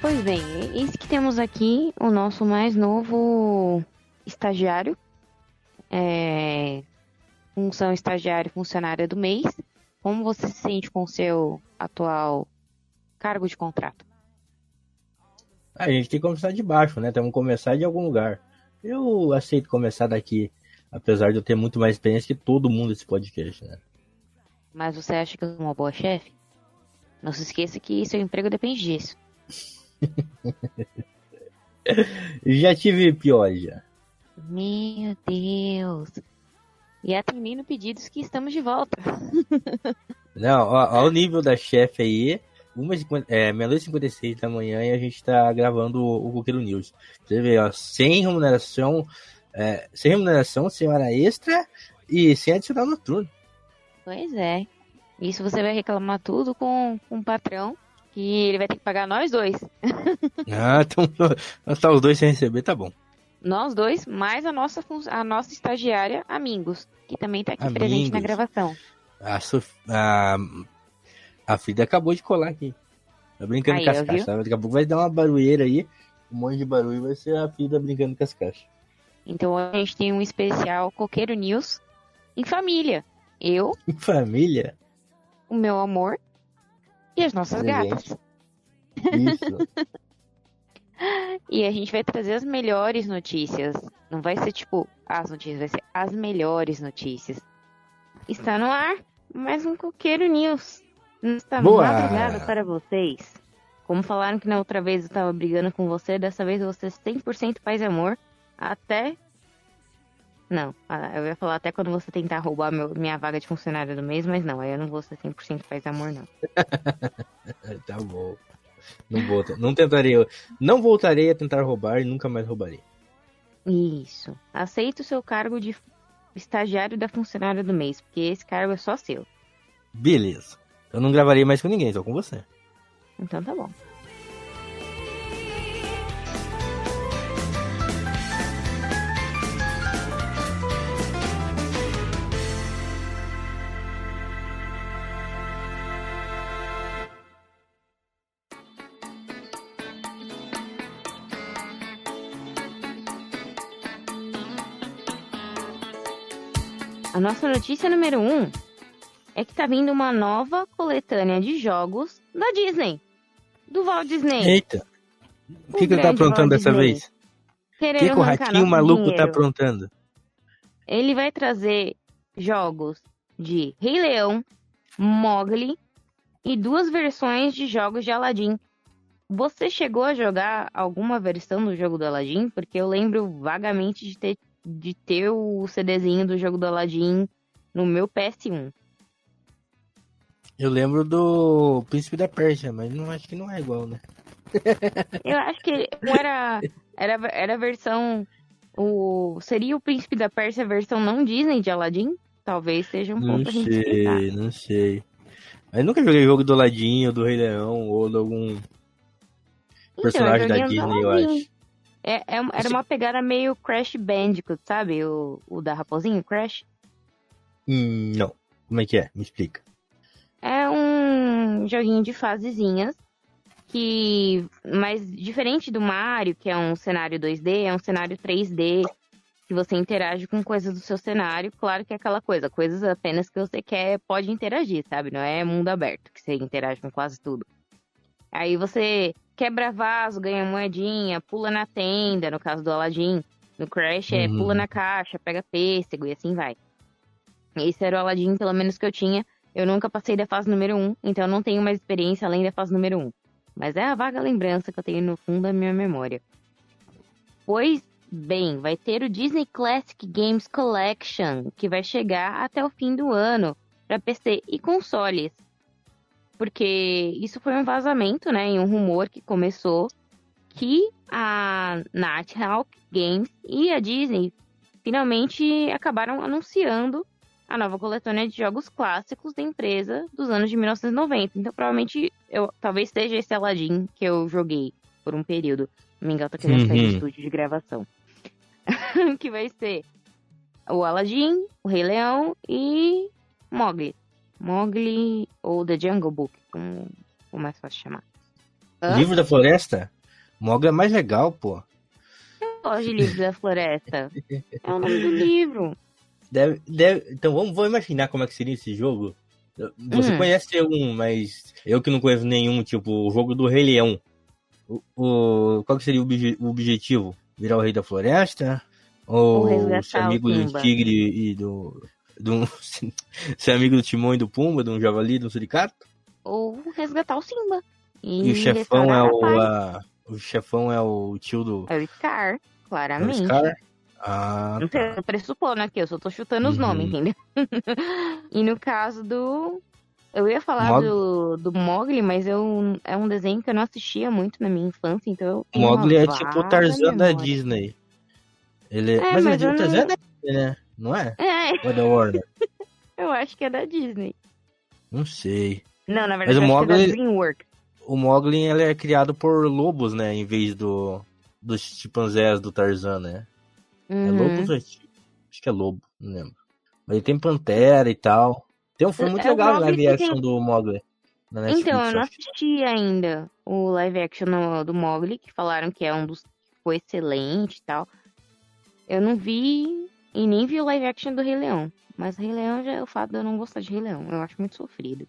Pois bem, eis que temos aqui o nosso mais novo estagiário, é, função estagiário funcionária do mês. Como você se sente com o seu atual cargo de contrato? A gente tem que começar de baixo, né? Temos que começar de algum lugar. Eu aceito começar daqui, apesar de eu ter muito mais experiência que todo mundo nesse podcast, né? Mas você acha que eu sou uma boa chefe? Não se esqueça que seu emprego depende disso. Já tive pior já. Meu Deus! E atendendo pedidos que estamos de volta. Não, ó o nível da chefe aí. Meia-noite e 56 da manhã e a gente tá gravando o Coqueiro News. Você vê, ó, sem remuneração, sem hora extra e sem adicional noturno. Pois é. Isso você vai reclamar tudo com o patrão, que ele vai ter que pagar nós dois. Ah, então nós tá os dois sem receber, tá bom. Nós dois, mais a nossa estagiária, Amigos, que também tá aqui presente na Amigos, gravação. a, Sof... a Frida acabou de colar aqui. Tá brincando Aí, com as ó, caixas, viu? tá? Daqui a pouco vai dar uma barulheira aí, um monte de barulho, vai ser a Frida brincando com as caixas. Então a gente tem um especial Coqueiro News em família. Eu, Família? o meu amor e as nossas Presente. gatas. Isso. E a gente vai trazer as melhores notícias. Não vai ser tipo as notícias, vai ser as melhores notícias. Está no ar mais um Coqueiro News. Nesta madrugada Boa! para vocês. Como falaram que na outra vez eu tava brigando com você, dessa vez você é 100% paz e amor. Até... Não, eu ia falar até quando você tentar roubar minha vaga de funcionário do mês, mas não, aí eu não vou ser 100% paz e amor, não. Tá bom. Não tentarei. Não voltarei a tentar roubar e nunca mais roubarei. Isso. Aceita o seu cargo de estagiário da funcionária do mês, porque esse cargo é só seu. Beleza. Eu não gravarei mais com ninguém, só com você. Então tá bom. A nossa notícia número 1 é que tá vindo uma nova coletânea de jogos da Disney. Do Walt Disney. Eita. O O que ele tá grande Walt aprontando dessa Disney. vez? O que Querendo que o arrancar ratinho nosso maluco tá dinheiro. aprontando? Ele vai trazer jogos de Rei Leão, Mowgli e 2 versões de jogos de Aladdin. Você chegou a jogar alguma versão do jogo do Aladdin? Porque eu lembro vagamente de ter o CDzinho do jogo do Aladdin no meu PS1. Eu lembro do Príncipe da Pérsia, mas não acho que não é igual, né? Eu acho que um era a versão. Seria o Príncipe da Pérsia a versão não Disney de Aladdin? Talvez seja um ponto Não a gente explicar. sei, não sei. Mas nunca joguei jogo do Ladinho, do Rei Leão ou de algum Então, eu personagem da joguei o do Disney, eu Aladdin. acho. Era uma pegada meio Crash Bandicoot, sabe? O da Raposinho, Crash. Não. Como é que é? Me explica. É um joguinho de fasezinhas mas diferente do Mario, que é um cenário 2D, é um cenário 3D, que você interage com coisas do seu cenário. Claro que é aquela coisa, coisas apenas que você quer, pode interagir, sabe? Não é mundo aberto, que você interage com quase tudo. Aí você quebra vaso, ganha moedinha, pula na tenda, no caso do Aladdin. No Crash pula Uhum. na caixa, pega pêssego e assim vai. Esse era o Aladdin, pelo menos que eu tinha. Eu nunca passei da fase número 1, então eu não tenho mais experiência além da fase número 1. Mas é a vaga lembrança que eu tenho no fundo da minha memória. Pois bem, vai ter o Disney Classic Games Collection, que vai chegar até o fim do ano para PC e consoles. Porque isso foi um vazamento, né, e um rumor que começou que a Nighthawk Games e a Disney finalmente acabaram anunciando a nova coletânea de jogos clássicos da empresa dos anos de 1990. Então, provavelmente, talvez seja esse Aladdin que eu joguei por um período. Mingau tá querendo sair do Uhum. estúdio de gravação. Que vai ser o Aladdin, o Rei Leão e Mowgli. Mowgli ou The Jungle Book, como mais fácil chamar. Hã? Livro da Floresta? Mogli é mais legal, pô. Eu gosto de Livro da Floresta. É o nome do livro. Então vamos imaginar como é que seria esse jogo. Você Hum, conhece um, mas eu que não conheço nenhum, tipo o jogo do Rei Leão. Qual que seria o objetivo? Virar o Rei da Floresta? ou Ou ser resgatar o amigo do Simba. tigre e do ser amigo do Timão e do Pumba, de um javali, de um suricato? Ou resgatar o Simba. E o E chefão é restaurar a paz. o chefão é o tio É o Scar, é o claramente. Scar? Ah, Não sei, eu tá. tô pressupondo aqui, eu só tô chutando os nomes, Uhum. entendeu? E no caso do. Eu ia falar Mog do Mowgli, mas é um desenho que eu não assistia muito na minha infância, então eu tenho uma Mowgli é tipo o vaga Tarzan da memória. Disney. É, Mas mas eu o Tarzan é não. da Disney, né? Não é? É, Ou é da Warner? eu acho que é da Disney. Não sei. Não, na Mas verdade eu acho que é da DreamWorks. O Mowgli ele é criado por lobos, né? Em vez dos chimpanzés do Tarzan, né? É lobos Uhum. ou acho que é lobo, não lembro. Mas ele tem pantera e tal. Tem um filme muito É o legal em Mowgli live que tem. action do Mowgli na Então, eu Netflix, eu não acho. assisti ainda o live action do Mowgli, que falaram que é um dos que foi excelente e tal. Eu não vi e nem vi o live action do Rei Leão. Mas Rei Leão já é o fato de eu não gostar de Rei Leão. Eu acho muito sofrido.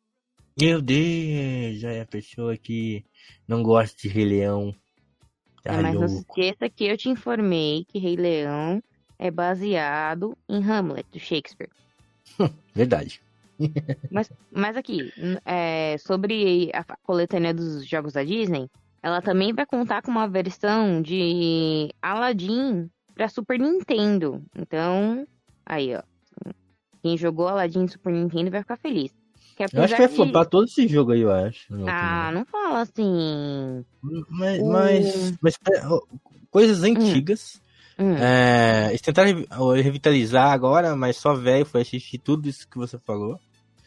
Meu Deus, já é a pessoa que não gosta de Rei Leão. É, Tá mas não se louco. esqueça que eu te informei que Rei Leão é baseado em Hamlet, do Shakespeare. Verdade. Mas aqui, sobre a coletânea dos jogos da Disney, ela também vai contar com uma versão de Aladdin para Super Nintendo. Então, aí, ó. Quem jogou Aladdin no Super Nintendo vai ficar feliz. Que Eu acho que vai apesar de. flopar todo esse jogo aí, eu acho, na minha Ah, opinião. não fala assim. Mas, O. mas, mas ó, coisas Hum, antigas. hum, Eles tentaram revitalizar agora, mas só velho foi assistir tudo isso que você falou.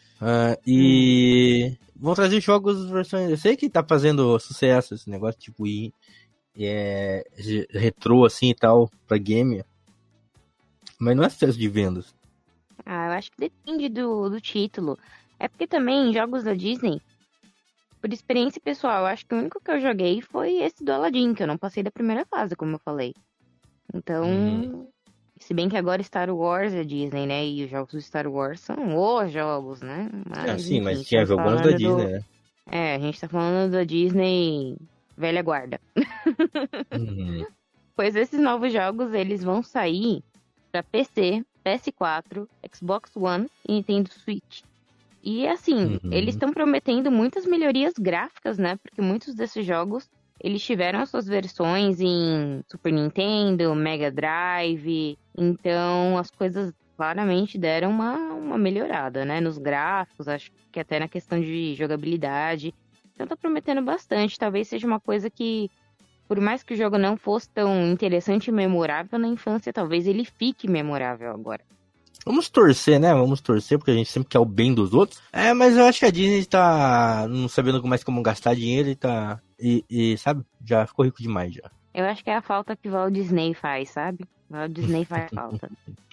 hum. E vão trazer jogos versões. Eu sei que tá fazendo sucesso esse negócio, tipo, retrô assim e tal, pra game. Mas não é sucesso de vendas. Ah, eu acho que depende do título. É porque também jogos da Disney, por experiência pessoal, eu acho que o único que eu joguei foi esse do Aladdin, que eu não passei da primeira fase, como eu falei. Uhum. Então, se bem que agora Star Wars é Disney, né? E os jogos do Star Wars são os jogos, né? Ah, Mas sim, enfim, mas tinha estamos jogos da falando Disney, do. né? É, a gente tá falando da Disney velha guarda. Uhum. Pois esses novos jogos, eles vão sair para PC, PS4, Xbox One e Nintendo Switch. E assim, eles Uhum. estão prometendo muitas melhorias gráficas, né? Porque muitos desses jogos, eles tiveram as suas versões em Super Nintendo, Mega Drive. Então, as coisas claramente deram uma melhorada, né? Nos gráficos, acho que até na questão de jogabilidade. Então, tá prometendo bastante. Talvez seja uma coisa que, por mais que o jogo não fosse tão interessante e memorável na infância, talvez ele fique memorável agora. Vamos torcer, né? Vamos torcer, porque a gente sempre quer o bem dos outros. Mas eu acho que a Disney tá não sabendo mais como gastar dinheiro e tá. Sabe? Já ficou rico demais já. Eu acho que é a falta que o Walt Disney faz, sabe? O Walt Disney faz falta.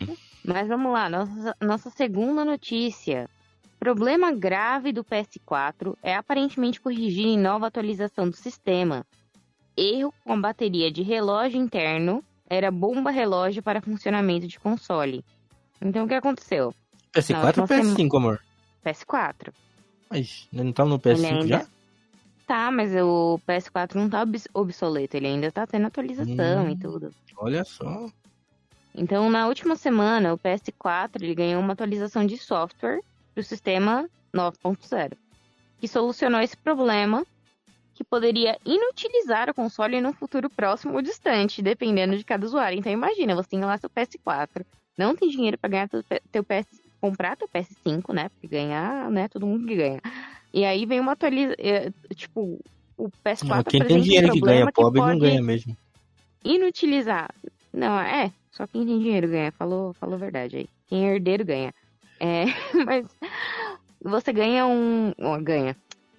Mas vamos lá, nossa segunda notícia. Problema grave do PS4 é aparentemente corrigido em nova atualização do sistema. Erro com a bateria de relógio interno era bomba relógio para funcionamento de console. Então o que aconteceu? Na PS4 ou última semana. PS5, amor? PS4. Mas não tá no Ele PS5 já? ainda tá, mas o PS4 não tá obsoleto, ele ainda tá tendo atualização e Hum, tudo. olha só. Então, na última semana, o PS4 ele ganhou uma atualização de software para o sistema 9.0, que solucionou esse problema, que poderia inutilizar o console num futuro próximo ou distante, dependendo de cada usuário. Então, imagina, você tem lá seu PS4, não tem dinheiro para ganhar teu PS, comprar teu PS5, né? Porque ganhar, né? Todo mundo que ganha. E aí vem uma atualização, tipo, o Não, PS4 quem tem apresenta um dinheiro que ganha, problema que pobre não ganha pode mesmo. inutilizar. Não, só quem tem dinheiro ganha. Falou a verdade aí. Quem é herdeiro ganha. É, mas você ganha ganha.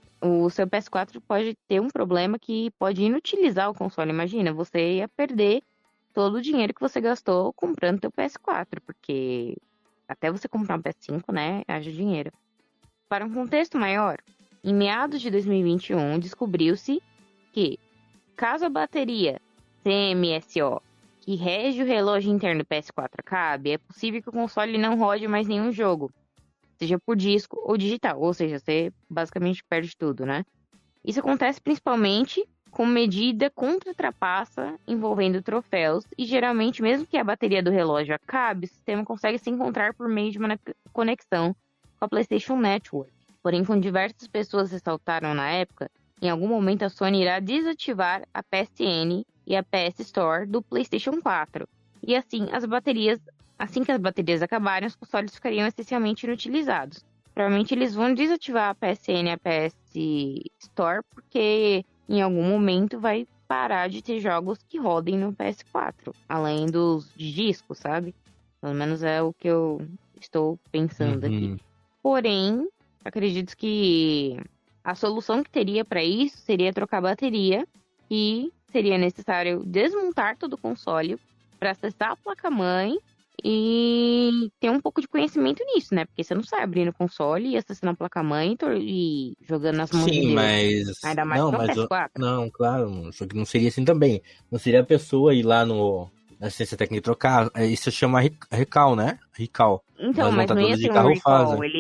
O seu PS4 pode ter um problema que pode inutilizar o console. Imagina, você ia perder todo o dinheiro que você gastou comprando teu PS4, porque até você comprar um PS5, né, haja dinheiro. Para um contexto maior, Em meados de 2021, descobriu-se que, caso a bateria CMSO, que rege o relógio interno do PS4 acabe, é possível que o console não rode mais nenhum jogo, seja por disco ou digital, ou seja, você basicamente perde tudo, né? Isso acontece principalmente com medida contra trapaça envolvendo troféus, e geralmente, mesmo que a bateria do relógio acabe, o sistema consegue se encontrar por meio de uma conexão com a PlayStation Network. Porém, como diversas pessoas ressaltaram na época, em algum momento a Sony irá desativar a PSN e a PS Store do PlayStation 4. E assim que as baterias acabarem, os consoles ficariam essencialmente inutilizados. Provavelmente eles vão desativar a PSN e a PS Store, porque em algum momento vai parar de ter jogos que rodem no PS4, além dos de disco, sabe? Pelo menos é o que eu estou pensando aqui. Porém, acredito que a solução que teria para isso seria trocar a bateria, e seria necessário desmontar todo o console para acessar a placa-mãe e ter um pouco de conhecimento nisso, né? Porque você não sai abrindo o console e acessando a placa-mãe e jogando nas mãos de Sim, Deus. mas. Ainda mais Não, pra mas. PS4. Não, claro. Só que não seria assim também. Não seria a pessoa ir lá na assistência técnica e trocar. Isso chama recall, né? Recall. Então, Mas mas não ia montadoras de ser um carro recall. fazem.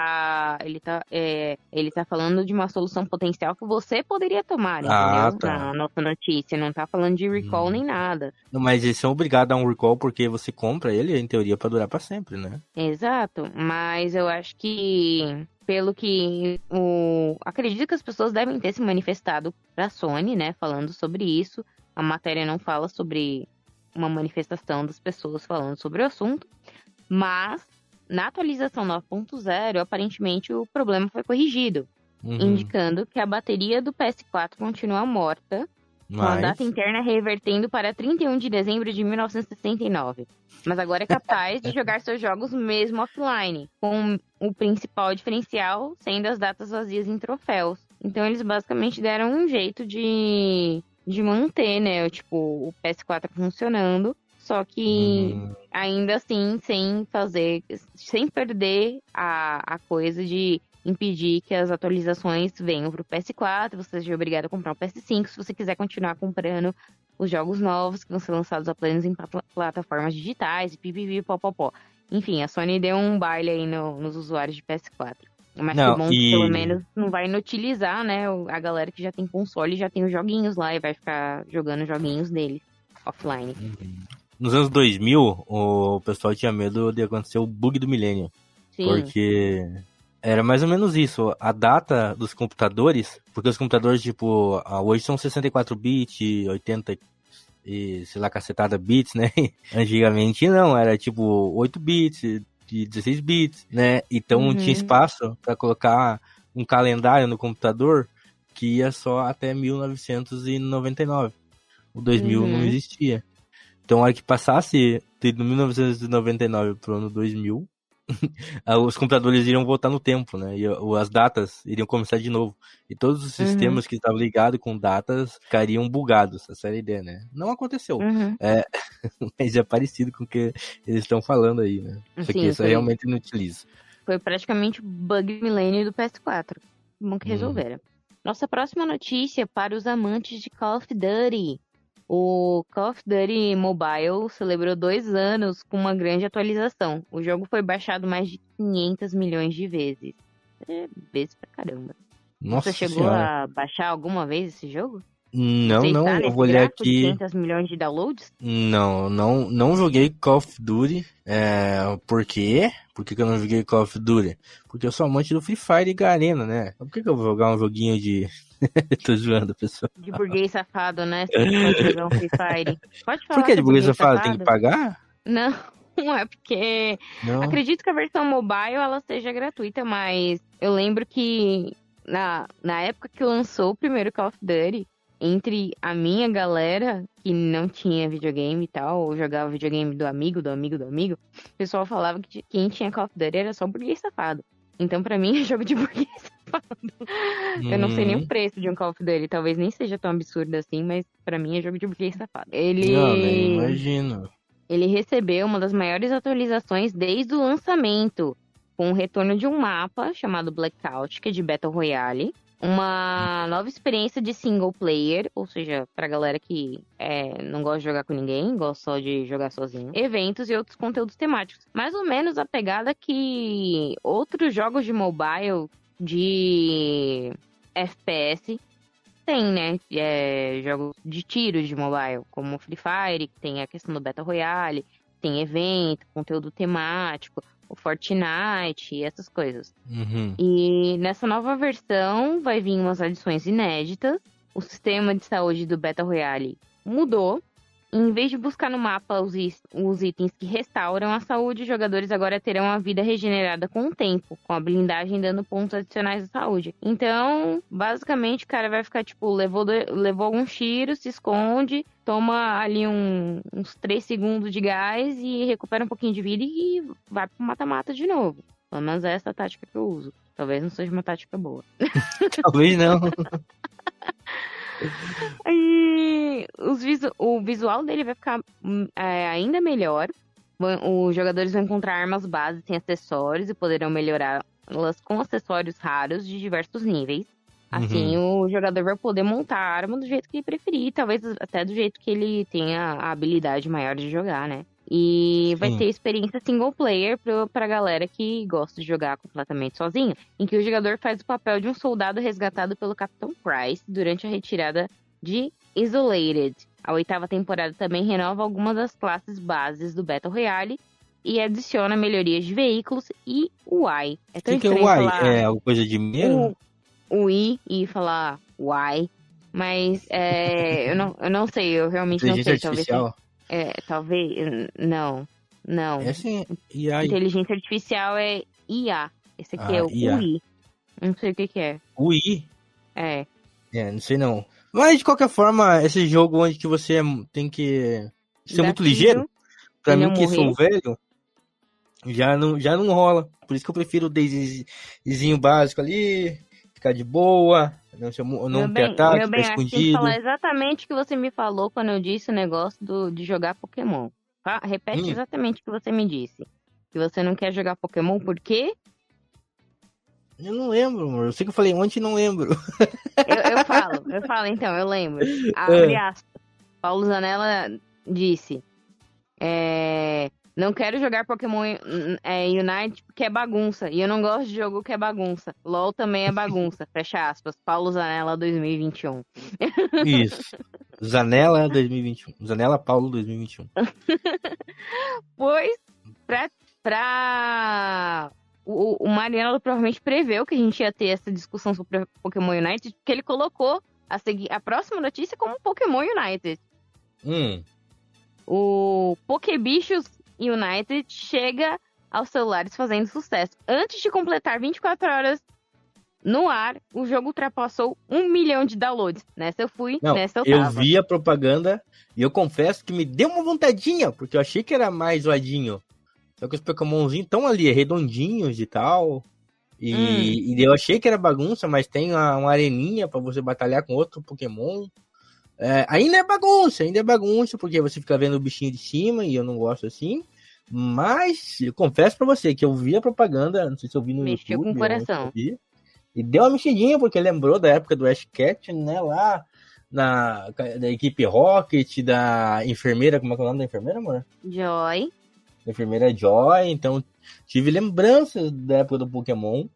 Ele tá falando de uma solução potencial que você poderia tomar, Ah, entendeu? tá. Na nossa notícia. Não tá falando de recall nem nada. Não, mas eles são obrigados a dar um recall porque você compra ele, em teoria, pra durar pra sempre, né? Exato, mas eu acho que, pelo que acredito que as pessoas devem ter se manifestado pra Sony, né, falando sobre isso. A matéria não fala sobre uma manifestação das pessoas falando sobre o assunto, mas na atualização 9.0, aparentemente o problema foi corrigido, indicando que a bateria do PS4 continua morta, com a data Mas. interna revertendo para 31 de dezembro de 1969. Mas agora é capaz de jogar seus jogos mesmo offline, com o principal diferencial sendo as datas vazias em troféus. Então eles basicamente deram um jeito de manter, né, o PS4 funcionando, só que ainda assim sem perder a coisa de impedir que as atualizações venham para o PS4, você seja obrigado a comprar um PS5 se você quiser continuar comprando os jogos novos que vão ser lançados apenas em plataformas digitais, e pipipi, popopó. Enfim, a Sony deu um baile aí nos usuários de PS4. Mas que Não, bom que pelo menos não vai inutilizar, né, a galera que já tem console já tem os joguinhos lá e vai ficar jogando joguinhos deles offline. Nos anos 2000, o pessoal tinha medo de acontecer o bug do milênio. Sim. Porque era mais ou menos isso. A data dos computadores, porque os computadores, tipo, hoje são 64 bits, 80 e, sei lá, cacetada bits, né? Antigamente não, era tipo 8 bits, de 16 bits, né? Então tinha espaço para colocar um calendário no computador que ia só até 1999. O 2000 não existia. Então, a hora que passasse de 1999 pro ano 2000, os computadores iriam voltar no tempo, né? E as datas iriam começar de novo. E todos os sistemas que estavam ligados com datas ficariam bugados. Essa era a ideia, né? Não aconteceu. Mas é parecido com o que eles estão falando aí, né? Só que isso realmente não utiliza. Foi praticamente o bug milênio do PS4. Bom que resolveram. Nossa próxima notícia para os amantes de Call of Duty. O Call of Duty Mobile celebrou 2 anos com uma grande atualização. O jogo foi baixado mais de 500 milhões de vezes. Vezes pra caramba. Nossa Você chegou senhora. a baixar alguma vez esse jogo? Não, Você não, está eu nesse vou olhar gráfico de aqui. 500 milhões de downloads? Não joguei Call of Duty. Por quê? Por que eu não joguei Call of Duty? Porque eu sou amante do Free Fire e Garena, né? Por que eu vou jogar um joguinho de... Tô zoando, pessoal. De burguês safado, né? Você não pode jogar um Free Fire. Pode falar, Por que de seu burguês burguês safado? safado? Tem que pagar? Não, não é porque... Não. Acredito que a versão mobile ela seja gratuita, mas eu lembro que na época que lançou o primeiro Call of Duty, entre a minha galera, que não tinha videogame e tal, ou jogava videogame do amigo, o pessoal falava que quem tinha Call of Duty era só burguês safado. Então, pra mim, é jogo de burguês safado. Eu não sei nem o preço de um Call of Duty, talvez nem seja tão absurdo assim, mas pra mim é jogo de burguês safado. Não, nem imagino. Ele recebeu uma das maiores atualizações desde o lançamento. com o retorno de um mapa chamado Blackout, que é de Battle Royale, uma nova experiência de single player, ou seja, pra galera que não gosta de jogar com ninguém, gosta só de jogar sozinho, eventos e outros conteúdos temáticos. Mais ou menos a pegada que outros jogos de mobile, de FPS, tem, né? Jogos de tiros de mobile, como Free Fire, que tem a questão do Battle Royale, tem evento, conteúdo temático, o Fortnite e essas coisas. Uhum. E nessa nova versão vai vir umas adições inéditas. O sistema de saúde do Battle Royale mudou. Em vez de buscar no mapa os itens que restauram a saúde, os jogadores agora terão a vida regenerada com o tempo, com a blindagem dando pontos adicionais de saúde. Então, basicamente, o cara vai ficar, tipo, levou alguns tiros, se esconde, toma ali uns 3 segundos de gás e recupera um pouquinho de vida e vai pro mata-mata de novo. Pelo menos é essa a tática que eu uso. Talvez não seja uma tática boa. Talvez não. E o visual dele vai ficar ainda melhor. Os jogadores vão encontrar armas base sem acessórios e poderão melhorá-las com acessórios raros de diversos níveis. Assim, o jogador vai poder montar a arma do jeito que ele preferir, talvez até do jeito que ele tenha a habilidade maior de jogar, né? E vai ter experiência single player pra galera que gosta de jogar completamente sozinho, em que o jogador faz o papel de um soldado resgatado pelo Capitão Price durante a retirada de Isolated. A 8ª temporada também renova algumas das classes bases do Battle Royale e adiciona melhorias de veículos e UI. O que é o UI? É alguma coisa de dinheiro? O I e falar UI, mas eu não sei, eu realmente não sei. Inteligência artificial? Talvez, não. Essa é IA. Inteligência artificial é IA. Esse aqui é o IA. UI. Não sei o que é. UI? Não sei não. Mas, de qualquer forma, esse jogo onde que você tem que ser muito ligeiro, pra mim que sou velho, já não rola. Por isso que eu prefiro o Daisyzinho básico ali, ficar de boa, não ter ataque, ficar escondido. Tem que falar exatamente o que você me falou quando eu disse o negócio de jogar Pokémon. Tá? Repete exatamente o que você me disse. Que você não quer jogar Pokémon, por quê? Eu não lembro, amor. Eu sei que eu falei ontem e não lembro. Eu falo então, eu lembro. Abre aspas. Paulo Zanella disse: não quero jogar Pokémon Unite porque é bagunça. E eu não gosto de jogo que é bagunça. LOL também é bagunça. Fecha aspas. Paulo Zanella 2021. Isso. Zanella 2021. Zanella Paulo 2021. Pois, o Mariano provavelmente preveu que a gente ia ter essa discussão sobre Pokémon United, porque ele colocou a próxima notícia como Pokémon United. O Pokébichos United chega aos celulares fazendo sucesso. Antes de completar 24 horas no ar, o jogo ultrapassou 1 milhão de downloads. Nessa eu fui, nessa eu tava. Eu vi a propaganda e eu confesso que me deu uma vontadinha, porque eu achei que era mais zoadinho. Só que os Pokémonzinhos estão ali, redondinhos e tal. E eu achei que era bagunça, mas tem uma areninha pra você batalhar com outro Pokémon. Ainda é bagunça, porque você fica vendo o bichinho de cima e eu não gosto assim. Mas eu confesso pra você que eu vi a propaganda, não sei se eu vi no YouTube. Mexeu com o coração. E deu uma mexidinha, porque lembrou da época do Ash Ketchum, né? Lá da equipe Rocket, da enfermeira, como é que é o nome da enfermeira, amor? Joy. A enfermeira Joy, então tive lembranças da época do Pokémon.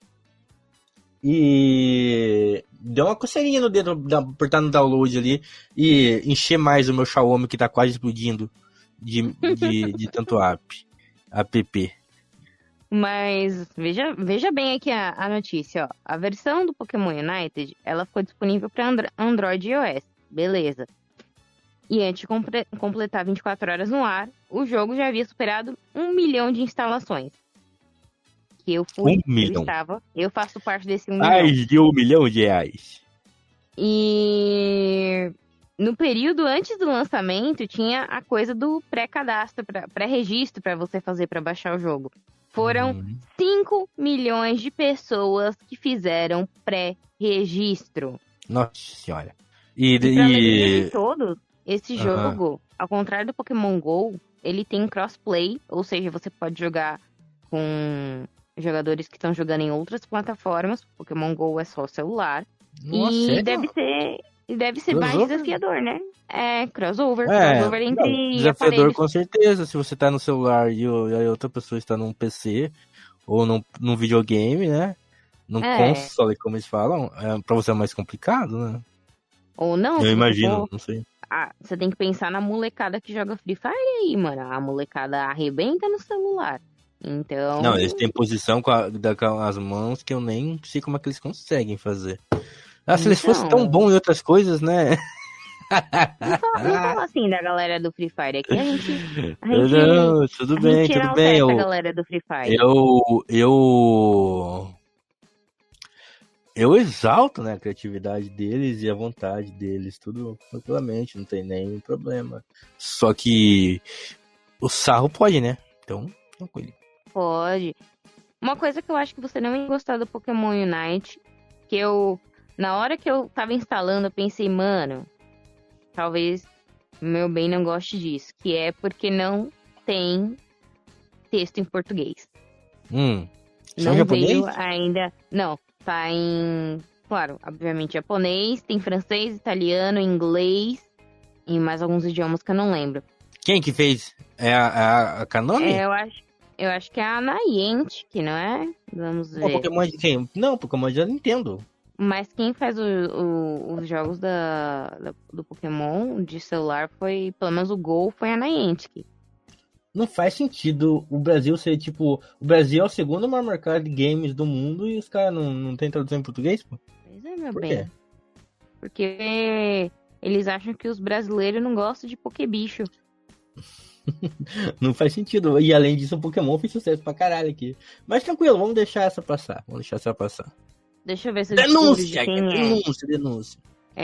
E deu uma coceirinha no dedo apertar no download ali e encher mais o meu Xiaomi que tá quase explodindo de tanto app. Mas veja bem aqui a notícia, ó. A versão do Pokémon United, ela ficou disponível para Android e iOS. Beleza. E antes de completar 24 horas no ar, o jogo já havia superado 1 milhão de instalações. Que eu fui, 1 milhão. Eu faço parte desse 1 milhão. Mais de 1 milhão de reais. E no período antes do lançamento, tinha a coisa do pré-cadastro, pré-registro para você fazer para baixar o jogo. Foram 5 milhões de pessoas que fizeram pré-registro. Nossa senhora. E pra alegria de todos, esse jogo, ao contrário do Pokémon GO, ele tem crossplay, ou seja, você pode jogar com jogadores que estão jogando em outras plataformas. Pokémon GO é só celular. Nossa, E sério? deve ser mais Crossover? desafiador, né? É, crossover. É, Crossover não, entre desafiador aparelhos. com certeza. Se você tá no celular e a outra pessoa está num PC ou num videogame, né? Num É. console, como eles falam, pra você é mais complicado, né? Ou não, Eu se você imagino, for. não sei. Você tem que pensar na molecada que joga Free Fire aí, mano. A molecada arrebenta no celular. Não, eles Então. têm posição com as mãos que eu nem sei como é que eles conseguem fazer. Ah, se eles fossem tão Então. bons em outras coisas, né? Não fala assim da galera do Free Fire. Aqui a gente. A gente. Não, tudo A gente bem, tudo bem. enaltece a galera do Free Fire. Eu eu exalto, né, a criatividade deles e a vontade deles, tudo tranquilamente, não tem nenhum problema. Só que o sarro pode, né? Então, tranquilo. Pode. Uma coisa que eu acho que você não ia gostar do Pokémon Unite, que eu, na hora que eu tava instalando, eu pensei, mano, talvez meu bem não goste disso, que é porque não tem texto em português. Só em Não japonês? veio ainda, não, tá em, claro, obviamente japonês, tem francês, italiano, inglês e mais alguns idiomas que eu não lembro. Quem que fez? É a Konami? Eu acho que é a Niantic, não é? Vamos Não, ver. Pokémon é de quem? Não, Pokémon é da Nintendo. Mas quem faz os jogos do Pokémon de celular foi, pelo menos o Gol, foi a Niantic. Não faz sentido o Brasil ser tipo. O Brasil é o segundo maior mercado de games do mundo e os caras não tem tradução em português, pô? Pois é, meu Por bem. quê? Porque eles acham que os brasileiros não gostam de Pokébicho. Não faz sentido. E além disso, o Pokémon fez sucesso pra caralho aqui. Mas tranquilo, vamos deixar essa passar. Vamos deixar essa passar. Deixa eu ver se eu descubro de Denúncia! quem é. Denúncia.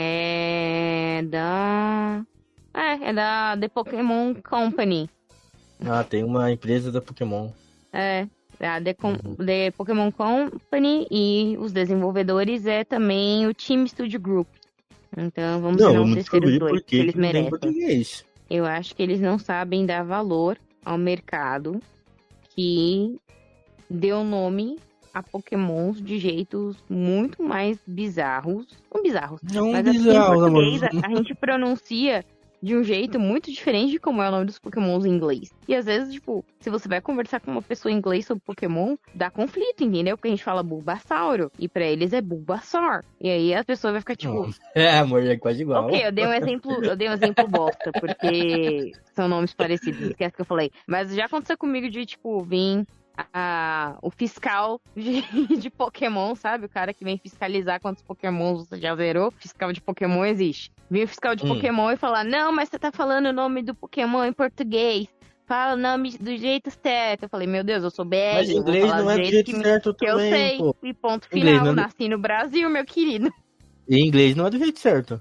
É da... É da The Pokémon Company. Ah, tem uma empresa da Pokémon. É a The Pokémon Company e os desenvolvedores é também o Team Studio Group. Então vamos Não, enaltecer vamos os descobrir dois, por que que eles que não tem merecem. português. Eu acho que eles não sabem dar valor ao mercado que deu nome a Pokémons de jeitos muito mais bizarros. Não bizarros, Não mas é porque em bizarro, amor. português a gente pronuncia de um jeito muito diferente de como é o nome dos Pokémons em inglês. E às vezes, tipo, se você vai conversar com uma pessoa em inglês sobre Pokémon, dá conflito, entendeu? Porque a gente fala Bulbasauro e pra eles é Bulbasaur. E aí a pessoa vai ficar tipo, É, amor, é quase igual. ok, eu dei um exemplo bosta, porque são nomes parecidos, esquece que eu falei. Mas já aconteceu comigo de, tipo, vir o fiscal de Pokémon, sabe? O cara que vem fiscalizar quantos Pokémons você já zerou. Fiscal de Pokémon existe. Vem o fiscal de Pokémon e falar, não, mas você tá falando o nome do Pokémon em português. Fala o nome do jeito certo. Eu falei, meu Deus, eu sou BR, Mas eu vou inglês falar não do é do jeito jeito certo que eu também, sei. pô. E ponto Inglês final, não é do... nasci no Brasil, meu querido. E inglês não é do jeito certo.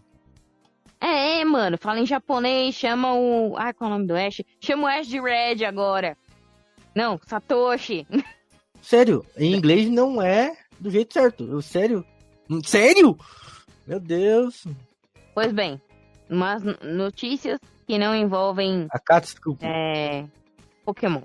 Mano, fala em japonês, chama o... Ai, qual é o nome do Ash? Chama o Ash de Red agora. Não, Satoshi. Sério, em inglês não é do jeito certo. Sério? Sério? Meu Deus. Pois bem, umas notícias que não envolvem Akatsuki. Pokémon.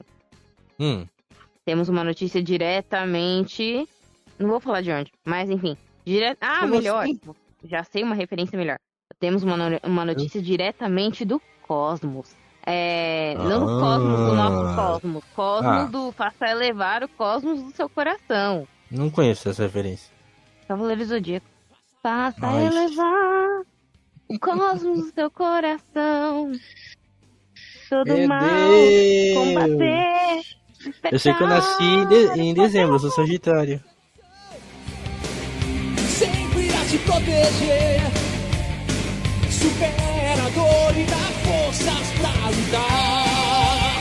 Temos uma notícia diretamente... Não vou falar de onde, mas enfim. Como melhor. assim? Já sei uma referência melhor. Temos uma notícia diretamente do Cosmos. Não do Cosmos do nosso Cosmos. Cosmos do faça elevar o Cosmos do seu coração. Não conheço essa referência. Cavaleiro Zodíaco. Faça elevar o Cosmos do seu coração. Todo Meu mal Deus. combater. Eu sei que eu nasci em dezembro, eu sou Sagitário. Sempre irá te proteger. Supera a dor e dá forças pra lutar.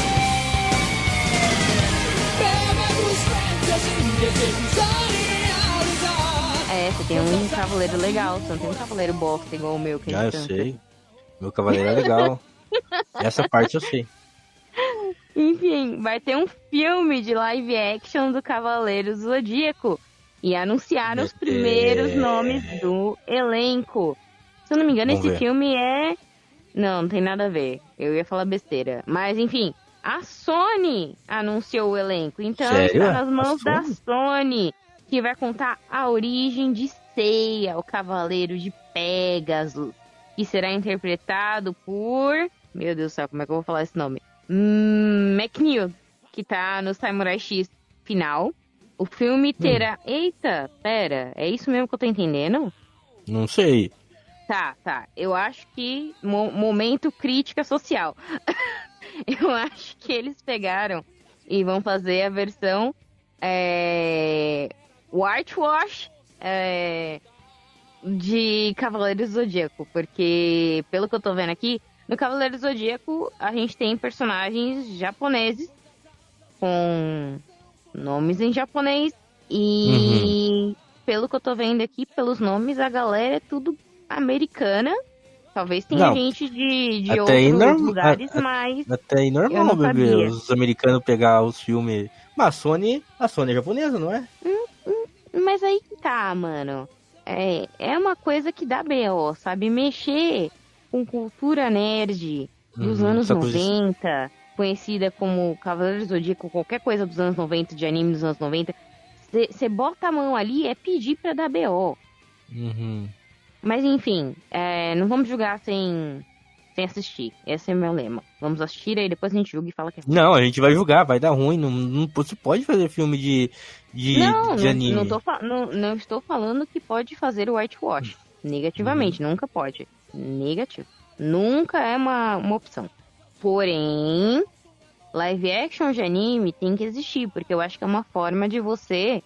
Pega dos frentes e desejos a realizar. Você tem um cavaleiro legal, você não tem um cavaleiro bosta igual o meu que Eu sei. Meu cavaleiro é legal. Essa parte eu sei. Enfim, vai ter um filme de live action do Cavaleiro Zodíaco. E anunciaram os primeiros nomes do elenco. Se eu não me engano, esse filme é... Não tem nada a ver. Eu ia falar besteira. Mas, enfim, A Sony anunciou o elenco. Então Sério? está nas mãos A da Sony, que vai contar a origem de Seiya, o Cavaleiro de Pégasus, que será interpretado por... Meu Deus do céu, como é que eu vou falar esse nome? McNeil, que tá no Samurai X final. O filme terá... Eita, pera, é isso mesmo que eu tô entendendo? Não sei. Tá. Eu acho que... Momento crítica social. Eu acho que eles pegaram e vão fazer a versão whitewash de Cavaleiros do Zodíaco. Porque, pelo que eu tô vendo aqui, no Cavaleiros do Zodíaco a gente tem personagens japoneses com nomes em japonês. E pelo que eu tô vendo aqui, pelos nomes, a galera é tudo americana. Talvez tenha gente de outros lugares, mas... Até aí normal, eu não bebê. sabia. Os americanos pegar os filmes... Mas a Sony é japonesa, não é? Mas aí que tá, mano. É uma coisa que dá B.O., sabe? Mexer com cultura nerd dos anos 90, conhecida como Cavaleiros do Zodíaco, qualquer coisa dos anos 90, de anime dos anos 90. Você bota a mão ali, é pedir pra dar B.O. Mas enfim, não vamos julgar sem assistir. Esse é o meu lema. Vamos assistir, aí depois a gente julga e fala que é ruim. Não, a gente vai julgar, vai dar ruim. Não você pode fazer filme de anime. Não estou falando que pode fazer o whitewash. Negativamente, nunca pode. Negativo. Nunca é uma opção. Porém, live action de anime tem que existir, porque eu acho que é uma forma de você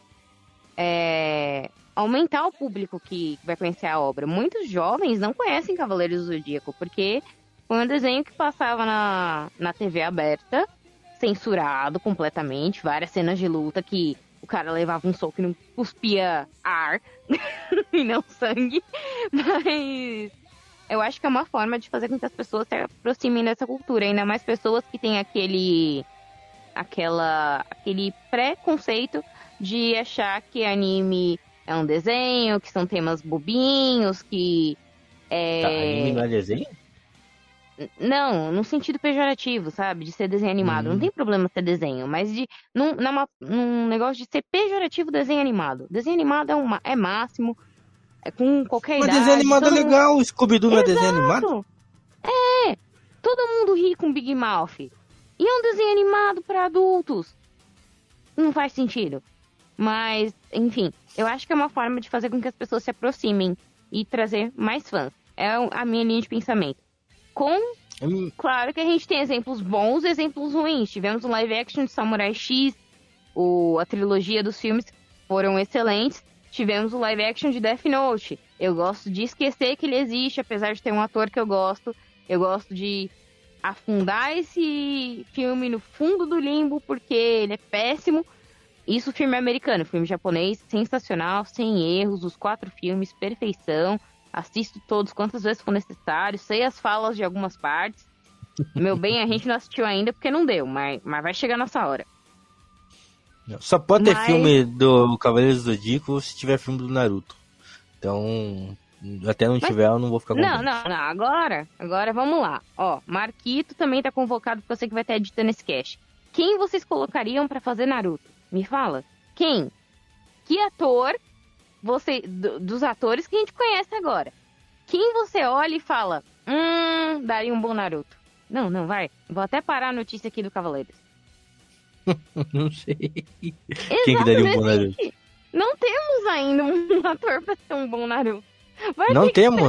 aumentar o público que vai conhecer a obra. Muitos jovens não conhecem Cavaleiros do Zodíaco, porque foi um desenho que passava na TV aberta, censurado completamente, várias cenas de luta que o cara levava um soco e não cuspia ar e não sangue. Mas eu acho que é uma forma de fazer com que as pessoas se aproximem dessa cultura, ainda mais pessoas que têm aquele preconceito de achar que anime é um desenho, que são temas bobinhos, que Anime não é desenho? Não, no sentido pejorativo, sabe? De ser desenho animado. Não tem problema ser desenho, mas num negócio de ser pejorativo desenho animado. Desenho animado é máximo, com qualquer idade. Mas desenho animado é legal, o Scooby-Doo não é desenho animado? Todo mundo ri com Big Mouth. E é um desenho animado para adultos. Não faz sentido. Mas, enfim, eu acho que é uma forma de fazer com que as pessoas se aproximem e trazer mais fãs. É a minha linha de pensamento. Claro que a gente tem exemplos bons e exemplos ruins. Tivemos um live action de Samurai X, a trilogia dos filmes foram excelentes. Tivemos o live action de Death Note. Eu gosto de esquecer que ele existe, apesar de ter um ator que eu gosto. Eu gosto de afundar esse filme no fundo do limbo, porque ele é péssimo. Isso, filme americano. Filme japonês, sensacional, sem erros. Os 4 filmes, perfeição. Assisto todos quantas vezes for necessário. Sei as falas de algumas partes. Meu bem, a gente não assistiu ainda porque não deu, mas vai chegar nossa hora. Só pode ter filme do Cavaleiros do Zodíaco se tiver filme do Naruto. Então, até não tiver, eu não vou ficar contente. Não. Agora vamos lá. Ó, Marquito também tá convocado porque eu sei que vai estar editando esse cast. Quem vocês colocariam pra fazer Naruto? Me fala. Quem? Que ator, dos atores que a gente conhece agora, quem você olha e fala, daria um bom Naruto? Não, vai. Vou até parar a notícia aqui do Cavaleiros. Não sei. Quem que daria um bom Naruto? Não temos ainda um ator pra ser um bom Naruto. Não temos.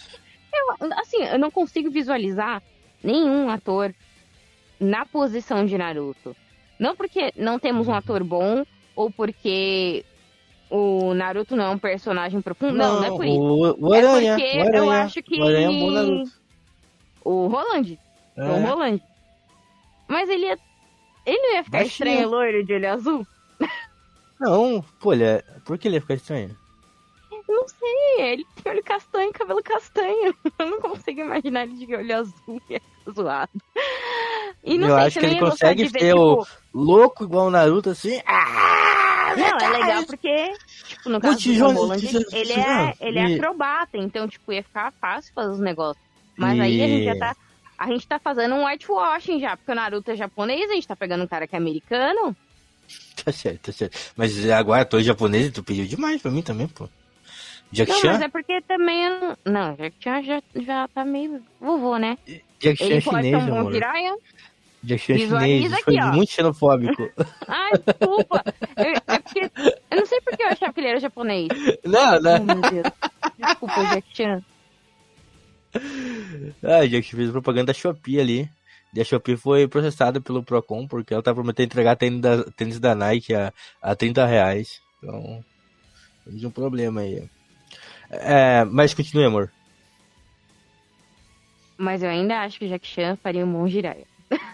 Eu não consigo visualizar nenhum ator na posição de Naruto. Não porque não temos um ator bom, ou porque o Naruto não é um personagem profundo. Não é por isso. O Aranha. É porque eu acho que... O Aranha é um bom Naruto. O Roland. O Roland. Mas ele não ia ficar estranho, loiro de olho azul? Não, pô, por que ele ia ficar estranho? Não sei, ele tem olho castanho, cabelo castanho. Eu não consigo imaginar ele de olho azul e zoado. E não eu sei, acho que ele consegue ser o louco igual o Naruto, assim. Não, é legal porque, tipo, no caso do Roland, ele é acrobata, então, tipo, ia ficar fácil fazer os negócios. Mas aí a gente já tá A gente tá fazendo um whitewashing já, porque o Naruto é japonês, a gente tá pegando um cara que é americano. Tá certo, tá certo. Mas agora ator japonês, tu pediu demais pra mim também, pô. Jackie Não, Chan? mas é porque também eu não... Não, Jack Chan já tá meio vovô, né? Jackie Chan é Ele pode ser chinês, um bom amor. jiraiya. Jackie Chan é chinês, Visualiza isso foi aqui, ó. muito xenofóbico. Ai, desculpa. É porque... Eu não sei porque eu achava que ele era japonês. Não, não. Oh, meu Deus. Desculpa, Jack Chan. Ah, Jackie Chan fez propaganda da Shopee ali. E a Shopee foi processada pelo Procon porque ela tá prometendo entregar tênis da Nike a R$ 30. Então, temos um problema aí. Mas continue, amor. Mas eu ainda acho que Jack Chan faria um bom jiraiya.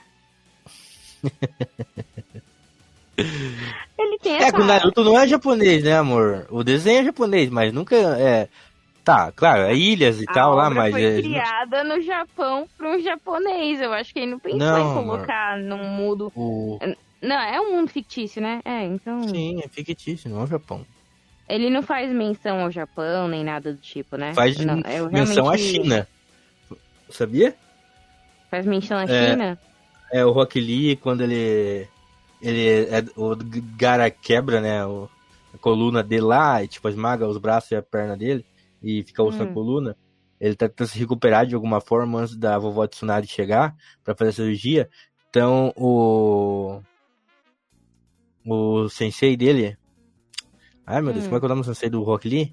Ele tem Que o essa... Naruto não é japonês, né, amor? O desenho é japonês, mas nunca é. Tá, claro, é ilhas e A tal lá, obra mas. foi criada no Japão para um japonês. Eu acho que ele não pensou em Não, amor. colocar num mundo... O... Não, é um mundo fictício, né? Então... Sim, é fictício, não é o Japão. Ele não faz menção ao Japão, nem nada do tipo, né? Faz Não, eu menção à realmente... China. Sabia? Faz menção à É. China? É o Rock Lee, quando ele o cara quebra, né, a coluna dele lá, e tipo, esmaga os braços e a perna dele, e fica osso na coluna. Ele tá tentando se recuperar de alguma forma antes da vovó Tsunade chegar pra fazer a cirurgia. Então, o sensei dele... Ai, meu Deus, como é que é o nome do sensei do Rock Lee?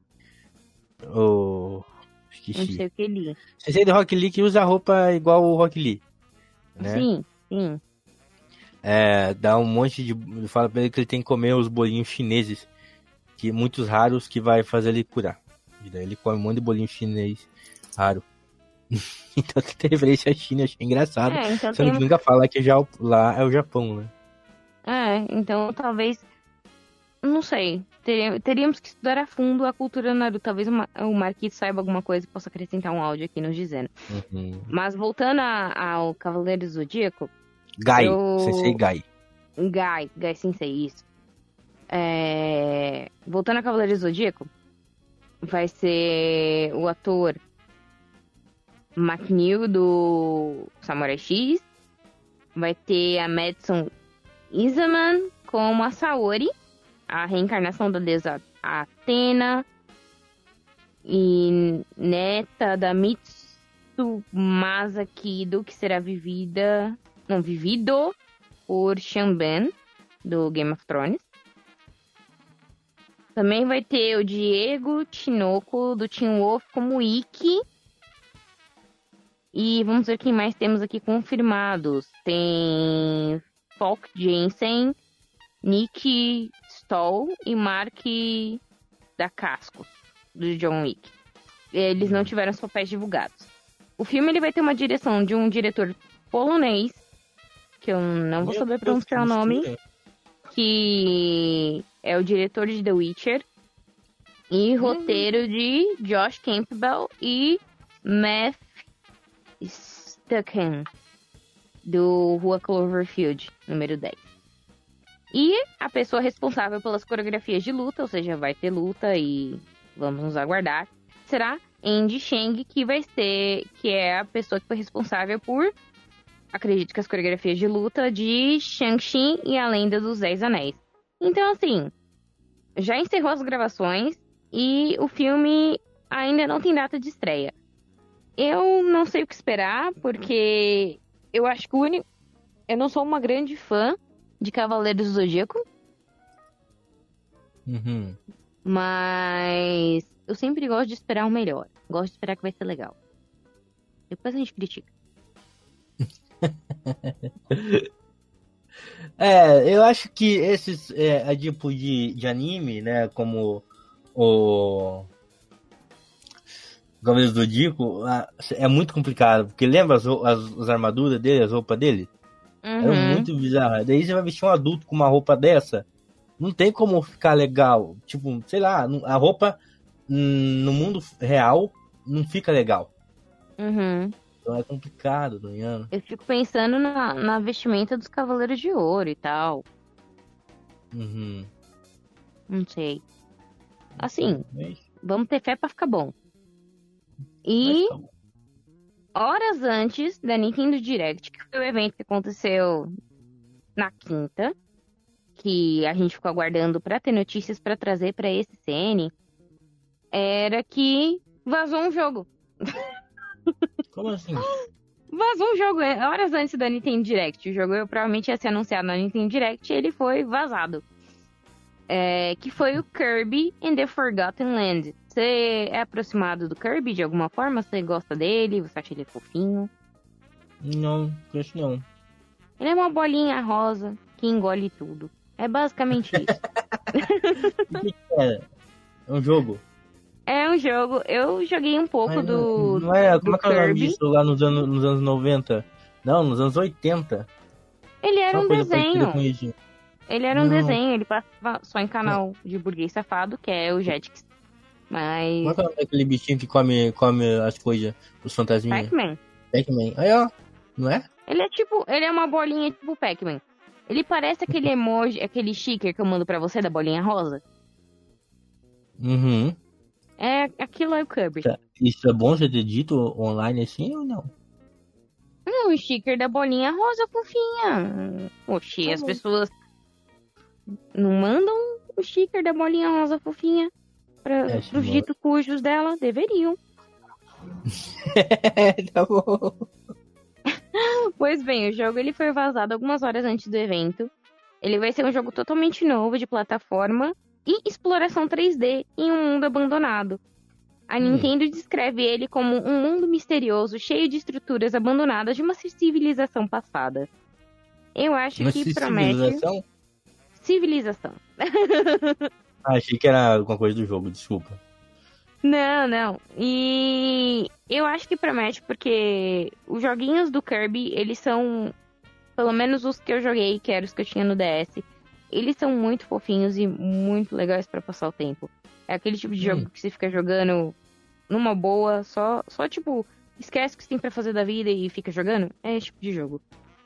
Não Esqueci. sei o que ele... Sensei do Rock Lee que usa roupa igual o Rock Lee, né? Sim. Dá um monte de... Fala pra ele que ele tem que comer os bolinhos chineses, que muitos raros, que vai fazer ele curar. E daí ele come um monte de bolinho chinês raro. Então tem referência à China, achei engraçado. Então Sendo que nunca fala que já lá é o Japão, né? então talvez... Não sei. Teríamos que estudar a fundo a cultura Naruto. Talvez o Marquito saiba alguma coisa e possa acrescentar um áudio aqui nos dizendo. Uhum. Mas voltando ao Cavaleiro do Zodíaco... Gai, Sensei Gai. Gai Sensei, isso. Voltando a Cavaleiro do Zodíaco, vai ser o ator McNeil do Samurai X. Vai ter a Madison Iseman como a Saori, a reencarnação da deusa Athena e neta da Mitsumasa Kido, que será vivido por Sean Ben, do Game of Thrones. Também vai ter o Diego Tinoco, do Teen Wolf, como Ikki. E vamos ver quem mais temos aqui confirmados. Tem Falk Jensen, Nick Stoll e Mark Dacascos, do John Wick. Eles não tiveram os papéis divulgados. O filme ele vai ter uma direção de um diretor polonês, que eu não vou saber pronunciar o nome, que é o diretor de The Witcher, e roteiro de Josh Campbell e Matt Stucken, do Rua Cloverfield, número 10. E a pessoa responsável pelas coreografias de luta, ou seja, vai ter luta e vamos nos aguardar, será Andy Cheng, que é a pessoa que foi responsável por, acredito que as coreografias de luta de Shang-Chi e a Lenda dos 10 Anéis. Então, assim, já encerrou as gravações e o filme ainda não tem data de estreia. Eu não sei o que esperar, porque eu acho que eu não sou uma grande fã de Cavaleiros do Zodíaco. Uhum. Mas eu sempre gosto de esperar o melhor. Gosto de esperar que vai ser legal. Depois a gente critica. Eu acho que esses tipo de anime, né, como o Cavaleiros do Zodíaco, é muito complicado, porque lembra as armaduras dele, as roupas dele? Era muito bizarro. Daí você vai vestir um adulto com uma roupa dessa, não tem como ficar legal. Tipo, sei lá, a roupa no mundo real não fica legal. Então é complicado, tá ligado? Eu fico pensando na vestimenta dos Cavaleiros de Ouro e tal. Não sei. Assim, vamos ter fé pra ficar bom. E horas antes da Nintendo Direct, que foi o evento que aconteceu na quinta, que a gente ficou aguardando pra ter notícias pra trazer pra esse CN, era que vazou um jogo. Como assim? Vazou um jogo horas antes da Nintendo Direct. O jogo provavelmente ia ser anunciado na Nintendo Direct e ele foi vazado. Que foi o Kirby and the Forgotten Land. Você é aproximado do Kirby de alguma forma? Você gosta dele? Você acha ele fofinho? Não, acho que não. Ele é uma bolinha rosa que engole tudo. É basicamente isso. O que é? É um jogo? É um jogo. Eu joguei um pouco Mas do não é, como do é que é o nome Kirby. disso lá nos anos 90? Não, nos anos 80. Ele era Uma um coisa parecida desenho. com isso. Ele era um Não. desenho. Ele passava só em canal de burguês safado, que é o Jetix. Como Mas é que é o nome daquele bichinho que come as coisas, os fantasminhas? Pac-Man. Pac-Man. Aí, ó. Não é? Ele é uma bolinha tipo Pac-Man. Ele parece aquele emoji, aquele sticker que eu mando pra você da bolinha rosa. Uhum. Aquilo é o Kirby. Tá. Isso é bom você ter dito online assim ou não? Não, o sticker da bolinha rosa fofinha. Oxi, Tá as bom. pessoas não mandam o sticker da bolinha rosa fofinha pros mano. ditos cujos dela? Deveriam. Tá bom. Pois bem, o jogo ele foi vazado algumas horas antes do evento. Ele vai ser um jogo totalmente novo de plataforma e exploração 3D em um mundo abandonado. A Nintendo descreve ele como um mundo misterioso, cheio de estruturas abandonadas de uma civilização passada. Eu acho Uma que promete civilização? civilização. Achei que era alguma coisa do jogo, desculpa. Não. E eu acho que promete porque os joguinhos do Kirby, eles são, pelo menos os que eu joguei, que eram os que eu tinha no DS, eles são muito fofinhos e muito legais pra passar o tempo. É aquele tipo de jogo que você fica jogando numa boa, só tipo, esquece o que você tem pra fazer da vida e fica jogando. É esse tipo de jogo.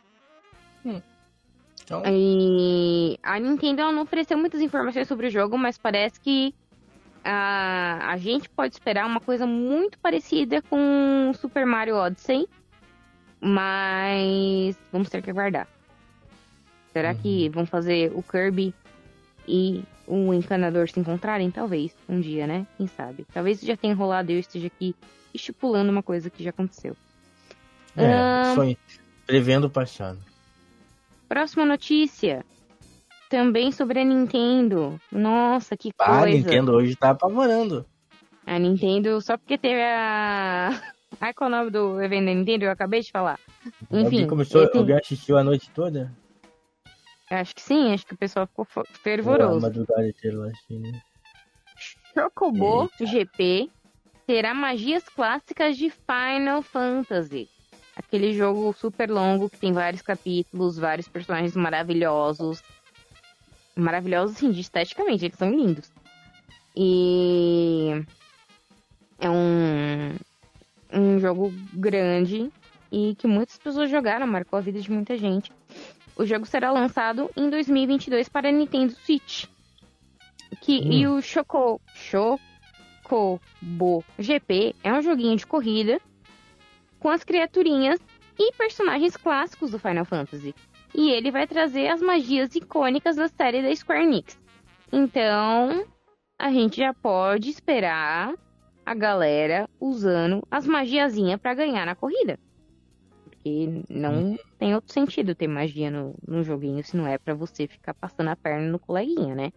Então, E a Nintendo ela não ofereceu muitas informações sobre o jogo, mas parece que a gente pode esperar uma coisa muito parecida com Super Mario Odyssey, mas vamos ter que aguardar. Será que vão fazer o Kirby e o encanador se encontrarem? Talvez, um dia, né? Quem sabe? Talvez já tenha rolado e eu esteja aqui estipulando uma coisa que já aconteceu. sonho. Prevendo o passado. Próxima notícia. Também sobre a Nintendo. Nossa, que A coisa. Nintendo hoje tá apavorando. A Nintendo, só porque teve a... Ai, qual é o nome do evento da Nintendo? Eu acabei de falar. Enfim. Alguém assistiu a noite toda? Acho que sim, acho que o pessoal ficou Ou a fervoroso. madrugada inteira lá assistindo. Chocobo GP terá magias clássicas de Final Fantasy. Aquele jogo super longo que tem vários capítulos, vários personagens maravilhosos. Maravilhosos, sim, de esteticamente, eles são lindos. E é um jogo grande e que muitas pessoas jogaram, marcou a vida de muita gente. O jogo será lançado em 2022 para Nintendo Switch. E o Chocobo GP é um joguinho de corrida com as criaturinhas e personagens clássicos do Final Fantasy. E ele vai trazer as magias icônicas da série da Square Enix. Então, a gente já pode esperar a galera usando as magiazinhas pra ganhar na corrida. Porque não tem outro sentido ter magia no joguinho se não é pra você ficar passando a perna no coleguinha, né?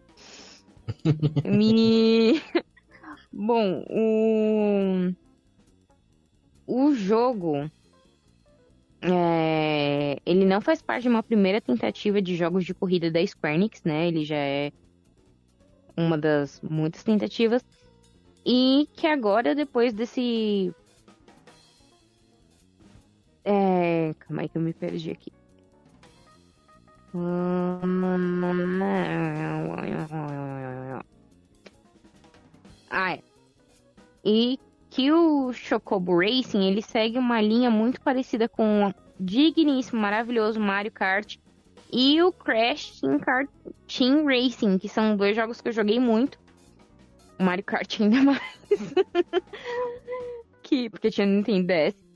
Bom, o jogo... ele não faz parte de uma primeira tentativa de jogos de corrida da Square Enix, né? Ele já é uma das muitas tentativas. E que agora, depois desse... calma aí que eu me perdi aqui. E que o Chocobo Racing, ele segue uma linha muito parecida com o digníssimo, maravilhoso Mario Kart e o Crash Team Racing, que são dois jogos que eu joguei muito. O Mario Kart ainda mais. Porque tinha no Nintendo DS.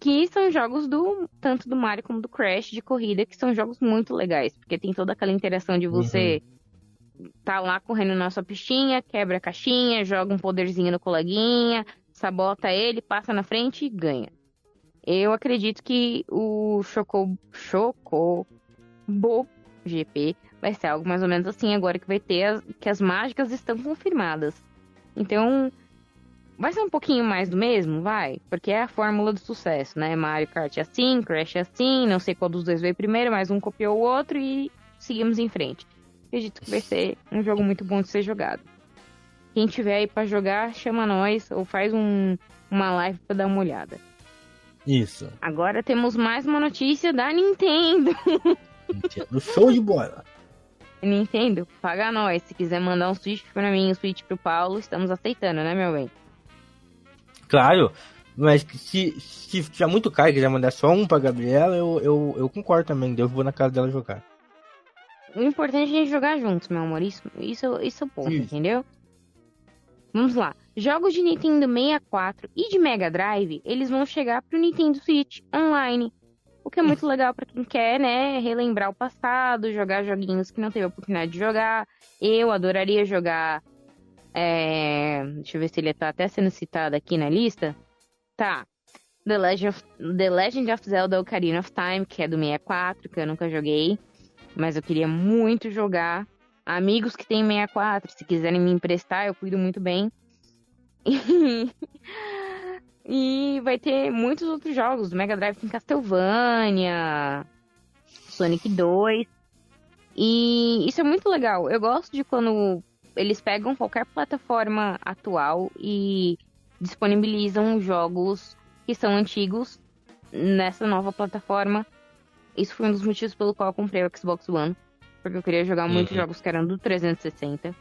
Que são jogos tanto do Mario como do Crash de corrida, que são jogos muito legais, porque tem toda aquela interação de você tá lá correndo na sua pistinha, quebra a caixinha, joga um poderzinho no coleguinha, sabota ele, passa na frente e ganha. Eu acredito que o Chocobo GP vai ser algo mais ou menos assim agora que vai ter que as mágicas estão confirmadas. Então, vai ser um pouquinho mais do mesmo, vai? Porque é a fórmula do sucesso, né? Mario Kart é assim, Crash é assim, não sei qual dos dois veio primeiro, mas um copiou o outro e seguimos em frente. Acredito que vai ser um jogo muito bom de ser jogado. Quem tiver aí pra jogar, chama nós ou faz uma live pra dar uma olhada. Isso. Agora temos mais uma notícia da Nintendo. Nintendo, show de bola. Nintendo, paga nós. Se quiser mandar um Switch pra mim, um Switch pro Paulo, estamos aceitando, né, meu bem? Claro, mas se tiver muito caro e quiser mandar só um pra Gabriela, eu concordo também. Eu vou na casa dela jogar. O importante é a gente jogar juntos, meu amor. Isso é o ponto, entendeu? Vamos lá. Jogos de Nintendo 64 e de Mega Drive, eles vão chegar pro Nintendo Switch Online. O que é muito legal pra quem quer, né, relembrar o passado, jogar joguinhos que não teve a oportunidade de jogar. Eu adoraria jogar... deixa eu ver se ele tá até sendo citado aqui na lista. Tá. The Legend of Zelda Ocarina of Time, que é do 64, que eu nunca joguei. Mas eu queria muito jogar. Amigos que têm 64, se quiserem me emprestar, eu cuido muito bem. E vai ter muitos outros jogos. O Mega Drive tem Castlevania, Sonic 2. E isso é muito legal. Eu gosto de quando eles pegam qualquer plataforma atual e disponibilizam jogos que são antigos nessa nova plataforma. Isso foi um dos motivos pelo qual eu comprei o Xbox One. Porque eu queria jogar muitos jogos que eram do 360.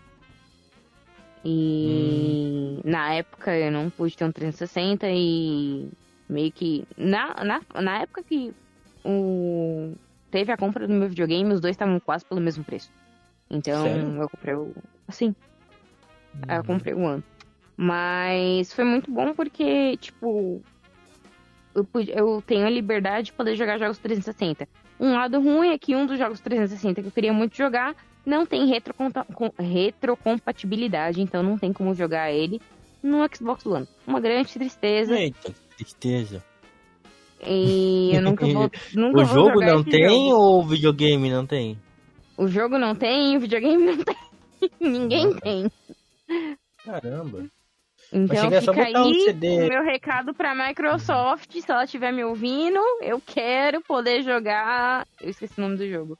E na época eu não pude ter um 360 e meio que... Na época que teve a compra do meu videogame, os dois estavam quase pelo mesmo preço. Então eu comprei o... Assim. Eu comprei o One. Mas foi muito bom porque, tipo... Eu tenho a liberdade de poder jogar jogos 360. Um lado ruim é que um dos jogos 360 que eu queria muito jogar não tem retrocompatibilidade, então não tem como jogar ele no Xbox One. Uma grande tristeza. Eita, que tristeza. E eu nunca vou O jogo jogar não tem ou o videogame não tem? O jogo não tem, o videogame não tem. Ninguém tem. Caramba. Então fica aí um CD. o meu recado pra Microsoft, se ela estiver me ouvindo, eu quero poder jogar... Eu esqueci o nome do jogo.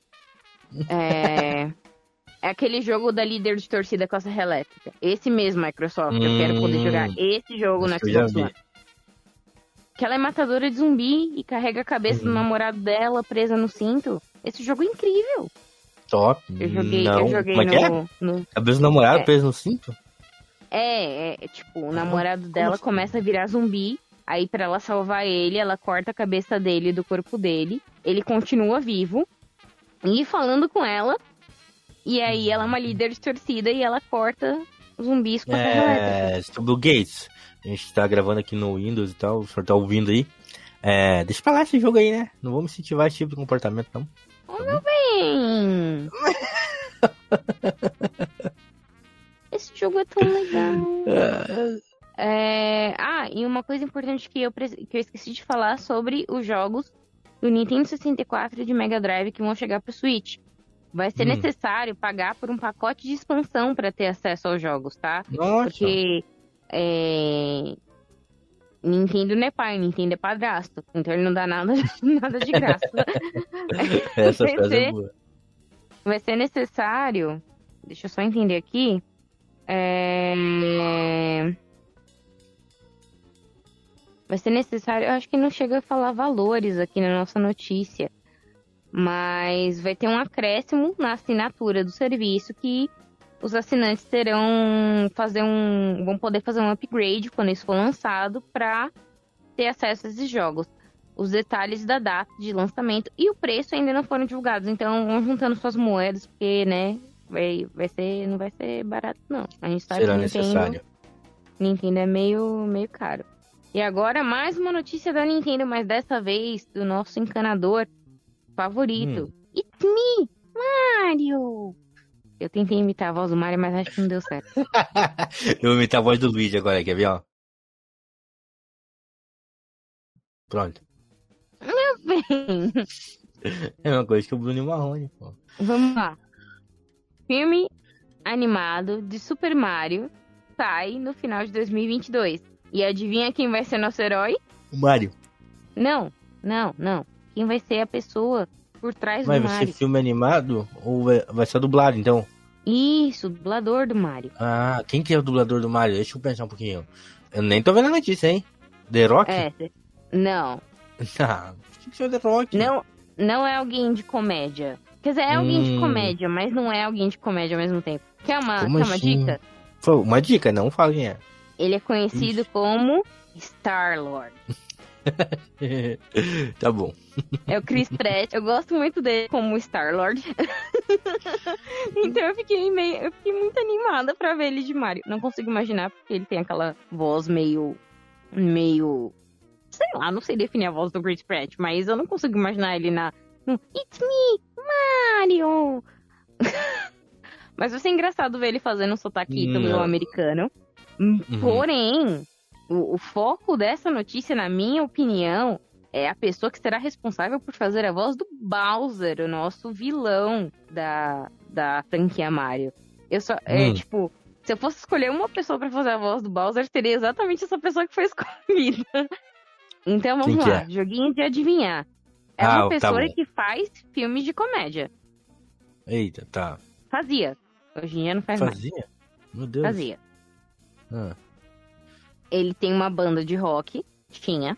É aquele jogo da líder de torcida com a serra elétrica. Esse mesmo, Microsoft. Eu quero poder jogar esse jogo no Xbox One. Que ela é matadora de zumbi e carrega a cabeça do namorado dela presa no cinto. Esse jogo é incrível. Top. Eu joguei Como é que é? Cabeça do namorado preso no cinto? Tipo, o namorado dela começa a virar zumbi. Aí pra ela salvar ele, ela corta a cabeça dele do corpo dele. Ele continua vivo. E falando com ela. E aí ela é uma líder de torcida e ela corta zumbis com a serra elétrica. Sobre o Gates. A gente tá gravando aqui no Windows e tal. O senhor tá ouvindo aí. Deixa pra lá esse jogo aí, né? Não vamos incentivar esse tipo de comportamento, não. Ô, meu bem! Esse jogo é tão legal. E uma coisa importante que eu esqueci de falar sobre os jogos do Nintendo 64 e de Mega Drive que vão chegar pro Switch. Vai ser necessário pagar por um pacote de expansão para ter acesso aos jogos, tá? Nossa. Porque Nintendo não é pai, Nintendo é padrasto. Então ele não dá nada de graça. Essa frase é boa. Vai ser necessário... Deixa eu só entender aqui. Vai ser necessário... Eu acho que não chega a falar valores aqui na nossa notícia. Mas vai ter um acréscimo na assinatura do serviço que os assinantes vão poder fazer um upgrade quando isso for lançado para ter acesso a esses jogos. Os detalhes da data de lançamento e o preço ainda não foram divulgados. Então vão juntando suas moedas, porque, né, não vai ser barato, não. A gente sabe Será que necessário. Nintendo é meio caro. E agora mais uma notícia da Nintendo, mas dessa vez do nosso encanador favorito. It's me, Mario! Eu tentei imitar a voz do Mario, mas acho que não deu certo. Eu vou imitar a voz do Luigi agora, quer ver, ó? Pronto. Bem, É a mesma coisa que o Bruno e o Marrone, pô. vamos lá. Filme animado de Super Mario sai no final de 2022. E adivinha quem vai ser nosso herói? O Mario. Não. Quem vai ser a pessoa por trás Mas do vai ser Mario? filme animado ou vai ser dublado, então? Isso, o dublador do Mario. Ah, quem que é o dublador do Mario? Deixa eu pensar um pouquinho. Eu nem tô vendo a notícia, hein? The Rock? Não. Ah, tinha que ser o The Rock. Não é alguém de comédia. Quer dizer, é alguém de comédia, mas não é alguém de comédia ao mesmo tempo. Quer uma assim? dica? Pô, uma dica, não fala quem é. Ele é conhecido como Star-Lord. Tá bom. É o Chris Pratt. Eu gosto muito dele como Star-Lord. Então eu fiquei muito animada pra ver ele de Mario. Não consigo imaginar, porque ele tem aquela voz meio... Sei lá, não sei definir a voz do Chris Pratt, mas eu não consigo imaginar ele no It's me, Mario! Mas vai ser engraçado ver ele fazendo um sotaque ítalo-americano. Porém, o foco dessa notícia, na minha opinião, é a pessoa que será responsável por fazer a voz do Bowser, o nosso vilão da franquia Mario. Tipo, se eu fosse escolher uma pessoa pra fazer a voz do Bowser, seria exatamente essa pessoa que foi escolhida. Então vamos lá, joguinho de adivinhar. É uma pessoa que faz filmes de comédia. Eita, tá. Fazia. Hoje em dia não faz mais. Fazia? Meu Deus. Fazia. Ele tem uma banda de rock. Tinha.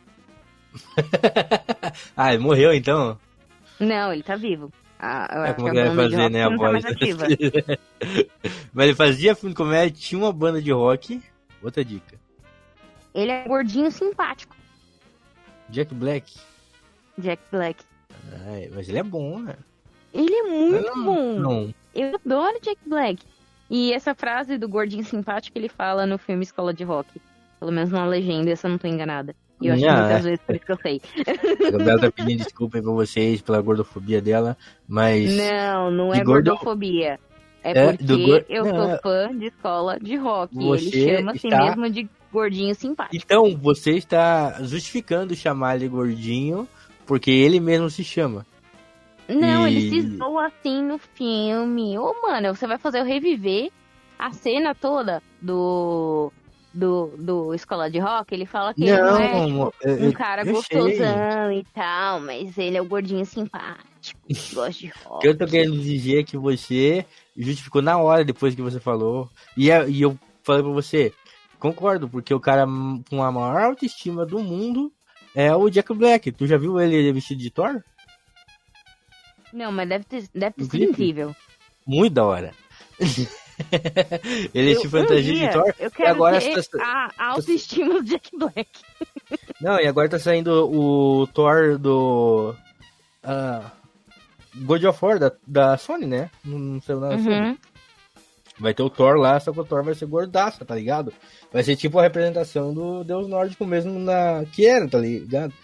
Ah, ele morreu então? Não, ele tá vivo. Como que ele vai fazer, né, a voz? Mas ele fazia filme de comédia, tinha uma banda de rock. Outra dica. Ele é gordinho simpático. Jack Black. Ai, mas ele é bom, né? Ele é muito bom. Não. Eu adoro Jack Black. E essa frase do gordinho simpático ele fala no filme Escola de Rock. Pelo menos na legenda, se eu não tô enganada. E eu acho que muitas vezes, por isso que eu sei. A Gabriela tá pedindo desculpa aí pra vocês pela gordofobia dela, mas... Não é gordofobia. É porque eu sou fã de Escola de Rock. Ele chama assim mesmo de gordinho simpático. Então, você está justificando chamar ele gordinho porque ele mesmo se chama. Não, ele se zoa assim no filme. Mano, você vai fazer eu reviver a cena toda do Escola de Rock. Ele fala que ele não é um cara gostosão e tal, mas ele é o gordinho simpático, gosta de rock. O que eu tô querendo dizer é que você justificou na hora depois que você falou. E eu falei pra você, concordo, porque o cara com a maior autoestima do mundo é o Jack Black. Tu já viu ele vestido de Thor? Não, mas deve ter sido incrível. Muito da hora. Ele se fantasia de Thor. Eu quero agora ter a autoestima do Jack Black. Não, e agora tá saindo o Thor do God of War da Sony, né? Não sei nada sobre. Vai ter o Thor lá, só que o Thor vai ser gordaça, tá ligado? Vai ser tipo a representação do deus nórdico mesmo que era, tá ligado?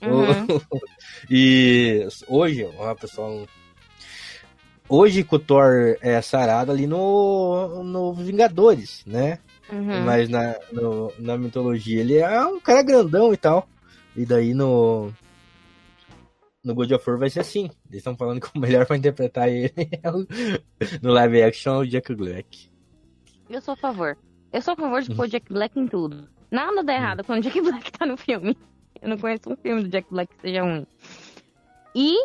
E hoje, pessoal, hoje que o Thor é sarado ali no Vingadores, né? Mas na mitologia ele é um cara grandão e tal. E daí no God of War vai ser assim. Eles estão falando que o melhor pra interpretar ele no live action é o Jack Black. Eu sou a favor. De pôr Jack Black em tudo. Nada dá errado quando o Jack Black tá no filme. Eu não conheço um filme do Jack Black que seja ruim. E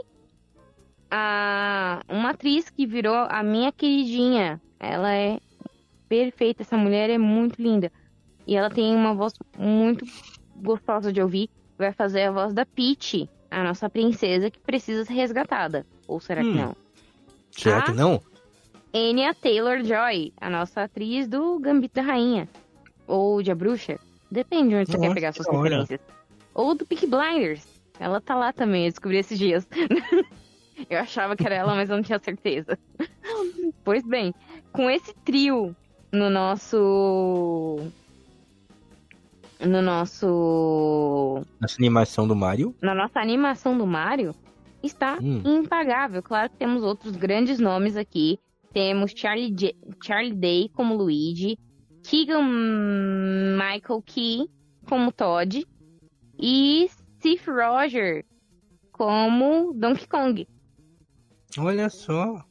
uma atriz que virou a minha queridinha. Ela é perfeita. Essa mulher é muito linda. E ela tem uma voz muito gostosa de ouvir. Vai fazer a voz da Peach, a nossa princesa que precisa ser resgatada. Ou será que não? Será que não? Anya Taylor-Joy, a nossa atriz do Gambito da Rainha. Ou de A Bruxa. Depende de onde você quer pegar suas referências. Ou do Peaky Blinders. Ela tá lá também, eu descobri esses dias. Eu achava que era ela, mas eu não tinha certeza. Pois bem, com esse trio no nosso no nosso... Essa animação do Mario? Na nossa animação do Mario, está impagável. Claro que temos outros grandes nomes aqui. Temos Charlie Day como Luigi, Keegan Michael Key como Todd e Steve Roger como Donkey Kong. Olha só.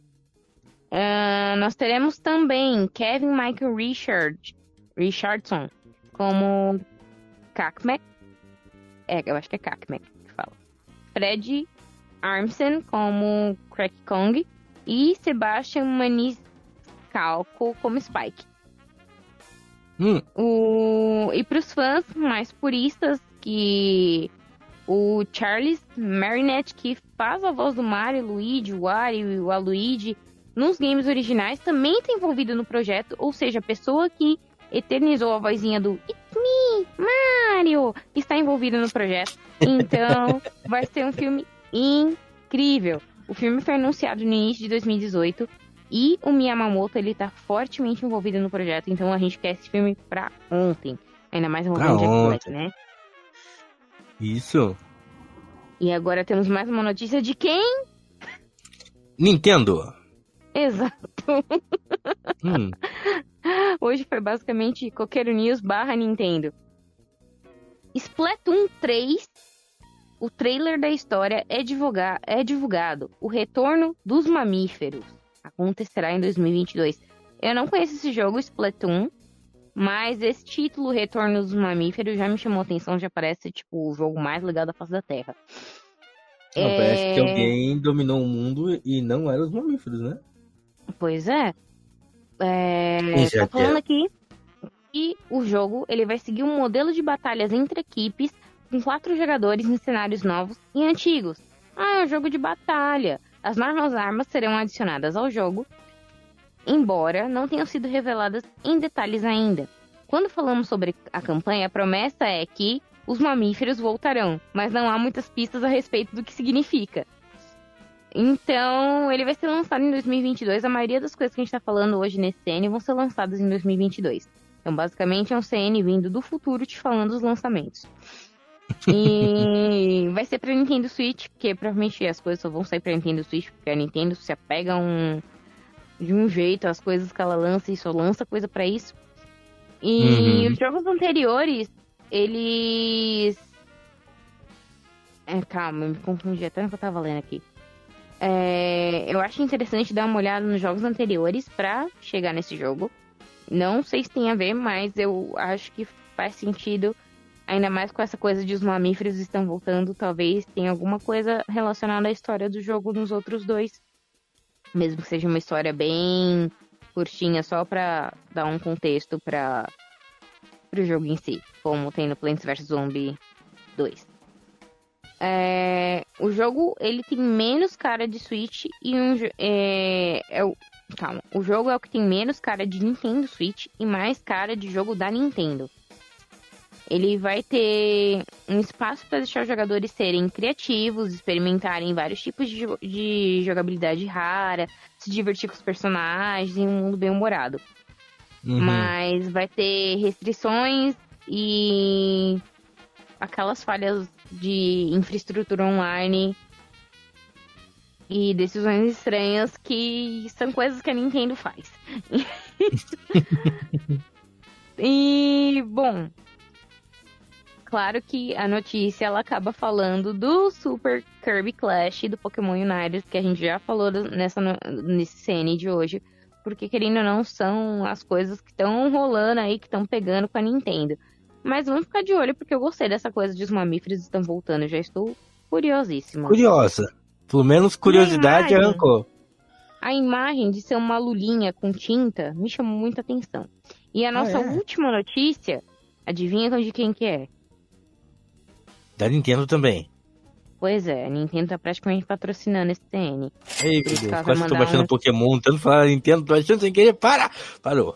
Nós teremos também Kevin Michael Richardson como Kamek. Eu acho que é Kamek que fala. Fred Armisen como Crack Kong e Sebastian Maniscalco como Spike. E para os fãs mais puristas, que o Charles Martinet, que faz a voz do Mario, Luigi, o Wario e o Waluigi nos games originais, também está envolvido no projeto, ou seja, a pessoa que eternizou a vozinha do It's me, Mario, está envolvida no projeto. Então, vai ser um filme incrível. O filme foi anunciado no início de 2018 e o Miyamoto, ele tá fortemente envolvido no projeto, então a gente quer esse filme pra ontem. Ainda mais envolvendo Jack Black, né? Isso. E agora temos mais uma notícia de quem? Nintendo. Exato. Hoje foi basicamente Coqueiro News / Nintendo. Splatoon 3, o trailer da história é divulgado. O retorno dos mamíferos acontecerá em 2022. Eu não conheço esse jogo, Splatoon, mas esse título, Retorno dos Mamíferos, já me chamou a atenção, já parece tipo o jogo mais legal da face da Terra. Parece que alguém dominou o mundo e não eram os mamíferos, né? Pois é. Tá falando aqui que o jogo ele vai seguir um modelo de batalhas entre equipes com 4 jogadores em cenários novos e antigos. É um jogo de batalha. As novas armas serão adicionadas ao jogo, embora não tenham sido reveladas em detalhes ainda. Quando falamos sobre a campanha, a promessa é que os mamíferos voltarão, mas não há muitas pistas a respeito do que significa. Então, ele vai ser lançado em 2022. A maioria das coisas que a gente está falando hoje nesse CN vão ser lançadas em 2022. Então, basicamente, é um CN vindo do futuro te falando dos lançamentos. E vai ser pra Nintendo Switch, porque provavelmente as coisas só vão sair pra Nintendo Switch, porque a Nintendo se apega de um jeito às coisas que ela lança e só lança coisa pra isso. E os jogos anteriores, eles... calma, eu me confundi até no que eu tava lendo aqui. Eu acho interessante dar uma olhada nos jogos anteriores pra chegar nesse jogo. Não sei se tem a ver, mas eu acho que faz sentido. Ainda mais com essa coisa de os mamíferos estão voltando, talvez tenha alguma coisa relacionada à história do jogo nos outros dois. Mesmo que seja uma história bem curtinha, só pra dar um contexto pro jogo em si, como tem no Plants vs Zombie 2. O jogo, ele tem menos cara de Switch e o jogo é o que tem menos cara de Nintendo Switch e mais cara de jogo da Nintendo. Ele vai ter um espaço para deixar os jogadores serem criativos, experimentarem vários tipos de jogabilidade rara, se divertir com os personagens em um mundo bem humorado. Mas vai ter restrições e aquelas falhas de infraestrutura online e decisões estranhas que são coisas que a Nintendo faz. E, bom... Claro que a notícia ela acaba falando do Super Kirby Clash e do Pokémon Unite, que a gente já falou nesse CN de hoje, porque querendo ou não são as coisas que estão rolando aí, que estão pegando com a Nintendo. Mas vamos ficar de olho, porque eu gostei dessa coisa de os mamíferos estão voltando, eu já estou curiosíssima. Curiosa. Pelo menos curiosidade arrancou. A imagem de ser uma lulinha com tinta me chamou muita atenção. E a nossa última notícia, adivinha de quem que é? Da Nintendo também. Pois é, a Nintendo tá praticamente patrocinando esse TN. Ei, meu Deus, quase tô baixando Pokémon, tanto falar Nintendo, tô baixando sem querer, parou.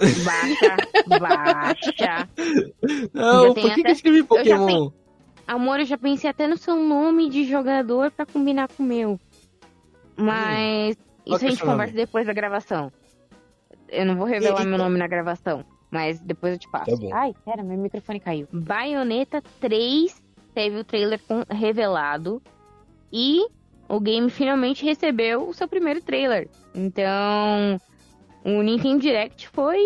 Baixa. Não, por que eu escrevi Pokémon? Amor, eu já pensei até no seu nome de jogador pra combinar com o meu. Mas isso a gente conversa depois da gravação. Eu não vou revelar meu nome na gravação. Mas depois eu te passo. Tá bom. Ai, pera, meu microfone caiu. Bayonetta 3 teve o trailer revelado. E o game finalmente recebeu o seu primeiro trailer. Então, o Nintendo Direct foi...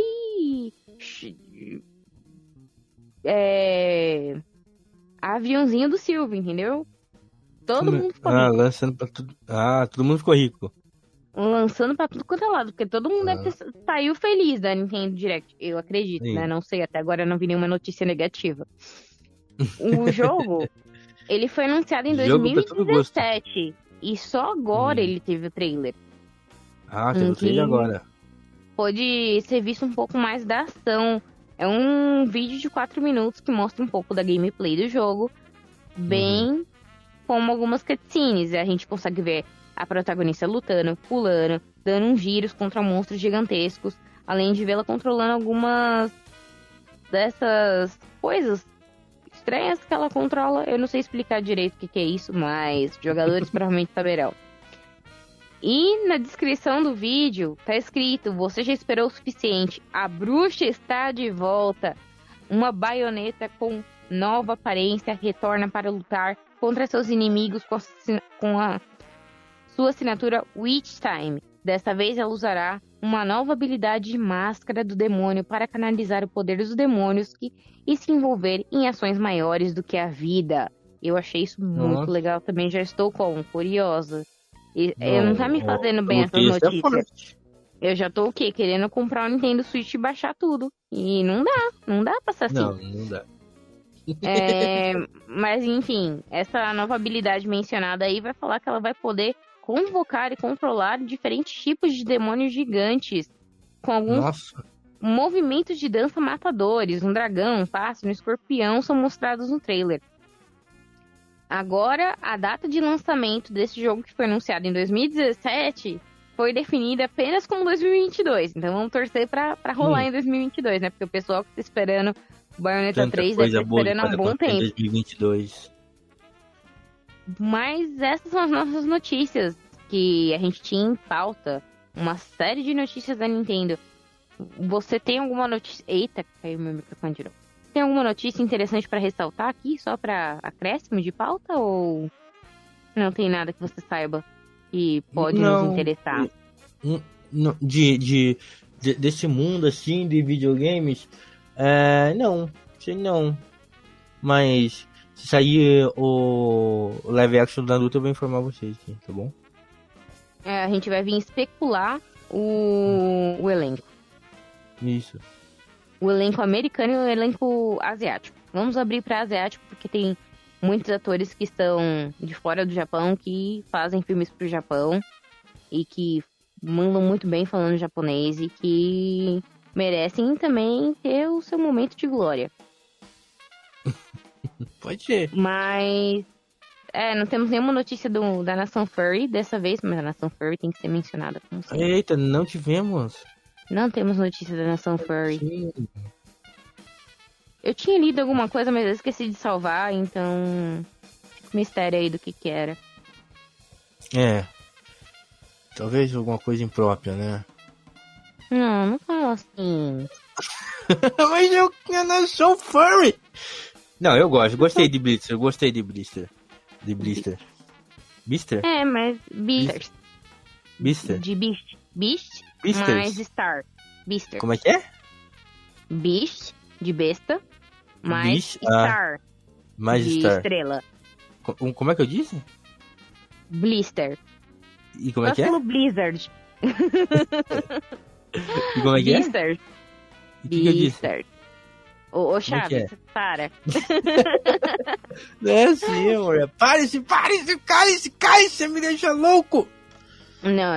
aviãozinho do Silvio, entendeu? Todo mundo ficou rico. Lançando pra tudo. Todo mundo ficou rico. Lançando pra tudo quanto é lado, porque todo mundo deve ter saiu feliz da Nintendo Direct, eu acredito, Sim. né? Não sei, até agora eu não vi nenhuma notícia negativa. O jogo, ele foi anunciado em Jogo pra todo gosto. 2017, e só agora ele teve o trailer. Teve o trailer agora. Pode ser visto um pouco mais da ação. É um vídeo de 4 minutos que mostra um pouco da gameplay do jogo, bem como algumas cutscenes. A gente consegue ver a protagonista lutando, pulando, dando uns giros contra monstros gigantescos, além de vê-la controlando algumas dessas coisas estranhas que ela controla. Eu não sei explicar direito o que é isso, mas jogadores provavelmente saberão. E na descrição do vídeo tá escrito: você já esperou o suficiente, a bruxa está de volta. Uma baioneta com nova aparência retorna para lutar contra seus inimigos com a sua assinatura Witch Time. Dessa vez ela usará uma nova habilidade de máscara do demônio para canalizar o poder dos demônios e se envolver em ações maiores do que a vida. Eu achei isso muito legal também, já estou curiosa. Não tá me fazendo bem essas notícias. Eu já tô querendo comprar o Nintendo Switch e baixar tudo. E não dá pra ser assim. Não dá. Mas enfim, essa nova habilidade mencionada aí vai falar que ela vai poder convocar e controlar diferentes tipos de demônios gigantes com alguns movimentos de dança matadores. Um dragão, um pássaro, um escorpião são mostrados no trailer. Agora, a data de lançamento desse jogo, que foi anunciado em 2017, foi definida apenas como 2022. Então vamos torcer pra rolar em 2022, né? Porque o pessoal que tá esperando o Bayonetta 3 deve estar esperando há um bom tempo. 2022. Mas essas são as nossas notícias que a gente tinha em pauta. Uma série de notícias da Nintendo. Você tem alguma notícia... Eita, caiu meu microfone de novo. Tem alguma notícia interessante pra ressaltar aqui, só pra acréscimo de pauta? Ou não tem nada que você saiba que pode nos interessar? Desse mundo, assim, de videogames... Não. Mas... Se sair o live action da Naruto, eu vou informar vocês, tá bom? A gente vai vir especular o elenco. Isso. O elenco americano e o elenco asiático. Vamos abrir para asiático, porque tem muitos atores que estão de fora do Japão, que fazem filmes pro Japão e que mandam muito bem falando japonês e que merecem também ter o seu momento de glória. Pode ser. Mas não temos nenhuma notícia da Nação Furry dessa vez, mas a Nação Furry tem que ser mencionada. Como sempre. Eita, não tivemos. Não temos notícia da Nação Furry. Sim. Eu tinha lido alguma coisa, mas eu esqueci de salvar, então... mistério aí do que era. Talvez alguma coisa imprópria, né? Não fala assim. Mas eu não sou furry! Não, eu gostei de Blister, De Blister? Mas Beasters. Beaster? De Beast. Beast, Beasters. mais Star. Beaster. Como é que é? Beast, de besta, mais Beast, Star. Mais de Star. estrela. Como é que eu disse? Blister. E como é que é? Blizzard. E como é que é? Beasters. E o que eu disse? Beasters. Ô, Chaves, para. Não é assim, amor. Pare-se, você me deixa louco. Não.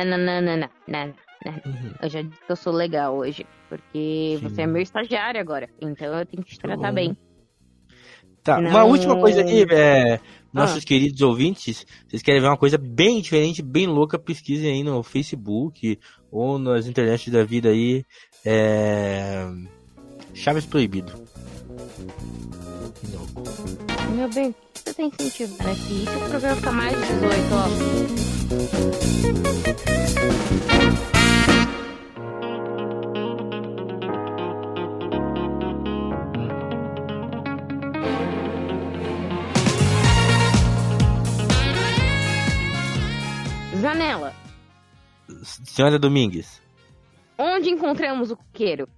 Eu já disse que eu sou legal hoje, porque você é meu estagiário agora, então eu tenho que te tratar bem. Tá, Senão... uma última coisa aqui, nossos queridos ouvintes, vocês querem ver uma coisa bem diferente, bem louca, pesquisem aí no Facebook ou nas internets da vida aí, Chaves Proibido. Meu bem, você tem sentido aqui? Se o programa tá mais de 18, ó. Senhora Domingues. Onde encontramos o coqueiro?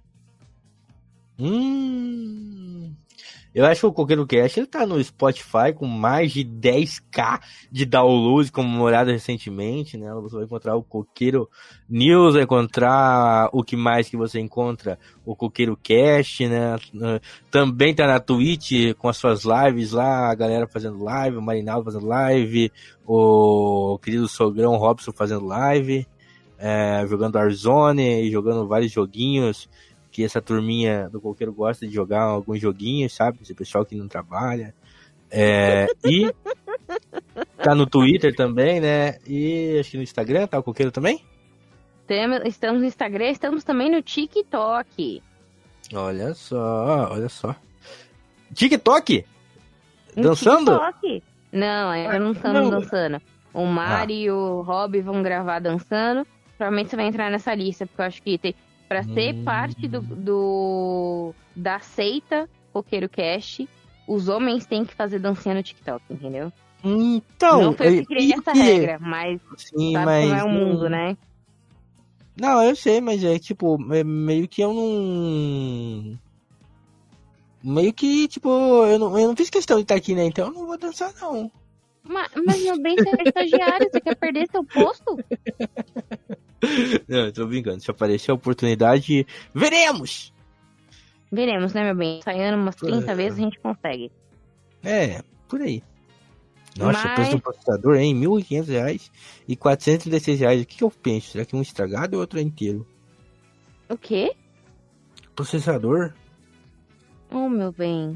Eu acho que o Coqueiro Cast ele tá no Spotify com mais de 10k de downloads comemorado recentemente, né? Você vai encontrar o Coqueiro News, vai encontrar o que mais que você encontra? O Coqueiro Cast, né? Também tá na Twitch com as suas lives lá, a galera fazendo live, o Marinaldo fazendo live, o querido Sogrão Robson fazendo live, jogando Warzone e jogando vários joguinhos que essa turminha do Coqueiro gosta de jogar alguns joguinhos, sabe? Esse pessoal que não trabalha. E tá no Twitter também, né? E acho que no Instagram tá o Coqueiro também? Estamos no Instagram, estamos também no TikTok. Olha só. TikTok? No Dançando? TikTok. Não, ainda não estamos dançando. O Mari e o Rob vão gravar dançando. Provavelmente você vai entrar nessa lista, porque eu acho que tem... Pra ser parte da seita Coqueiro Cast, os homens têm que fazer dancinha no TikTok, entendeu? Então... Não foi eu que criei essa regra, mas sim, sabe mas como é o mundo, né? Não, eu sei, mas tipo, meio que eu não... Meio que, tipo, eu não fiz questão de estar aqui, né? Então eu não vou dançar, não. Mas meu bem, você é estagiário, você quer perder seu posto? Não, eu tô brincando. Se aparecer a oportunidade, veremos! Veremos, né, meu bem? Ensaiando umas 30 vezes a gente consegue. Por aí. Nossa, o preço do processador, hein? R$1.500 e R$416. O que eu penso? Será que um estragado ou outro é inteiro? O quê? Processador? Oh, meu bem.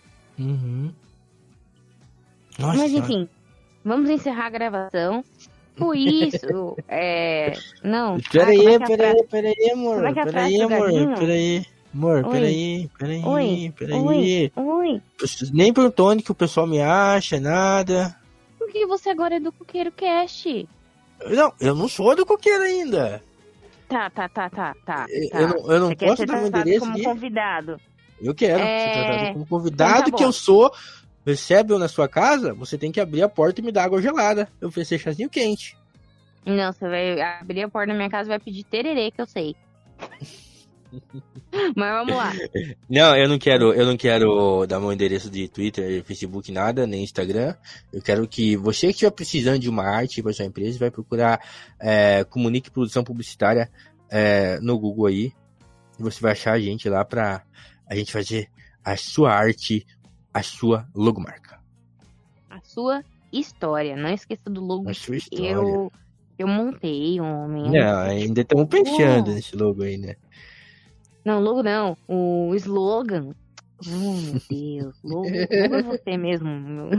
Nossa, mas enfim, vamos encerrar a gravação. Por isso, não. Peraí, amor. Como é que é a frase Peraí, do amor. galinho? Peraí. Amor, Oi. peraí. Oi. Nem perguntou onde que o pessoal me acha, nada. Por que você agora é do Coqueiro Cast? Não, eu não sou do Coqueiro ainda. Tá. Eu não você posso quer dar meu ser tratado endereço como aqui. convidado. Eu quero ser tratado como convidado Então tá bom. que eu sou. Recebe eu na sua casa, você tem que abrir a porta e me dar água gelada. Eu oferecer chazinho quente. Não, você vai abrir a porta da minha casa e vai pedir tererê, que eu sei. Mas vamos lá. Não, eu não quero dar meu endereço de Twitter, Facebook, nada, nem Instagram. Eu quero que você que estiver precisando de uma arte para sua empresa, vai procurar Comunique Produção Publicitária no Google aí. E você vai achar a gente lá pra a gente fazer a sua arte, a sua logomarca. A sua história. Não esqueça do logo A sua que história. eu montei, homem. Não, ainda estamos pensando nesse logo aí, né? Não, logo não. O slogan. Meu Deus. Logo é você mesmo.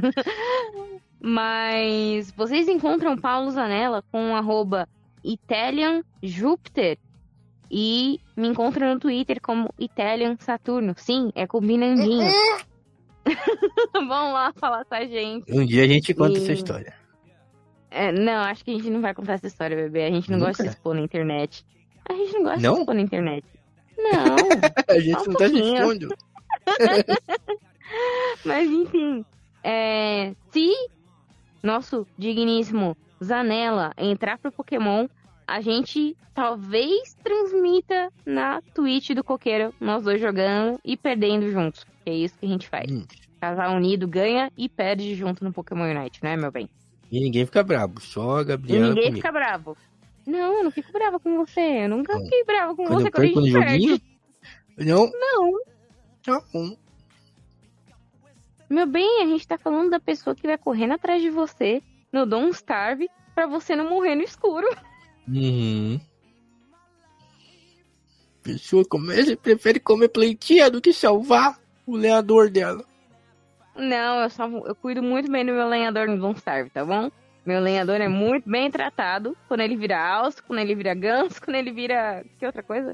Mas vocês encontram Paulo Zanella com @ItalianJupiter e me encontram no Twitter como Italian Saturno. Sim, é combinandinho. Vão lá falar com a gente. Um dia a gente conta essa história. Não, acho que a gente não vai contar essa história, bebê. A gente não gosta de se expor na internet. A gente não gosta de se expor na internet. Não. A gente não tá se expondo. Mas enfim, se nosso digníssimo Zanella entrar pro Pokémon, a gente talvez transmita na Twitch do Coqueiro, nós dois jogando e perdendo juntos. Que é isso que a gente faz. Casal unido ganha e perde junto no Pokémon Unite, não é, meu bem? E ninguém fica bravo, só a Gabriela. E ninguém comigo. fica bravo. Não, eu não fico brava com você. Eu nunca fiquei brava com Quando você eu quando a perco no gente joguinho? perde. Não. Tá bom. Meu bem, a gente tá falando da pessoa que vai correndo atrás de você no Don't Starve pra você não morrer no escuro. Pessoa prefere comer pleitinha do que salvar o lenhador dela. Não, eu cuido muito bem do meu lenhador no Don't Starve, tá bom? Meu lenhador é muito bem tratado quando ele vira alce, quando ele vira ganso, quando ele vira... Que outra coisa?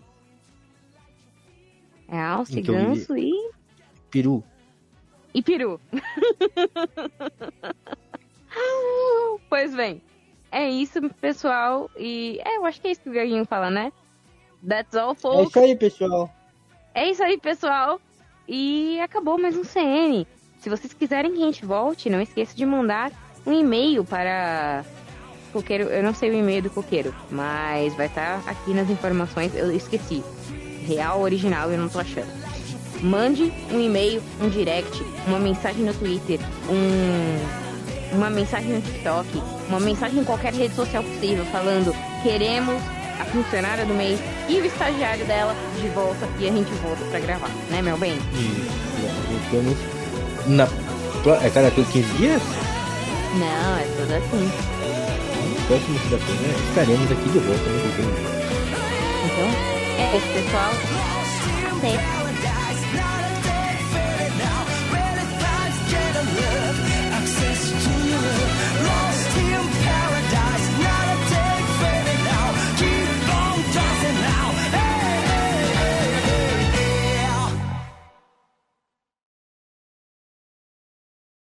É alce, ganso e... Peru. E peru. Pois bem, é isso, pessoal. E eu acho que é isso que o Gaguinho fala, né? That's all, folks. É isso aí, pessoal. É isso aí, pessoal. E acabou mais um CN. Se vocês quiserem que a gente volte, não esqueça de mandar um e-mail para Coqueiro, eu não sei o e-mail do Coqueiro, mas vai estar aqui nas informações, eu esqueci. Real, original, eu não tô achando. Mande um e-mail, um direct, uma mensagem no Twitter, uma mensagem no TikTok, uma mensagem em qualquer rede social possível, falando: queremos a funcionária do mês e o estagiário dela de volta, e a gente volta pra gravar, né, meu bem? Temos é cada 15 dias? Não, é tudo assim. No próximo segunda-feira estaremos aqui de volta, né? Então, é isso, pessoal. Até.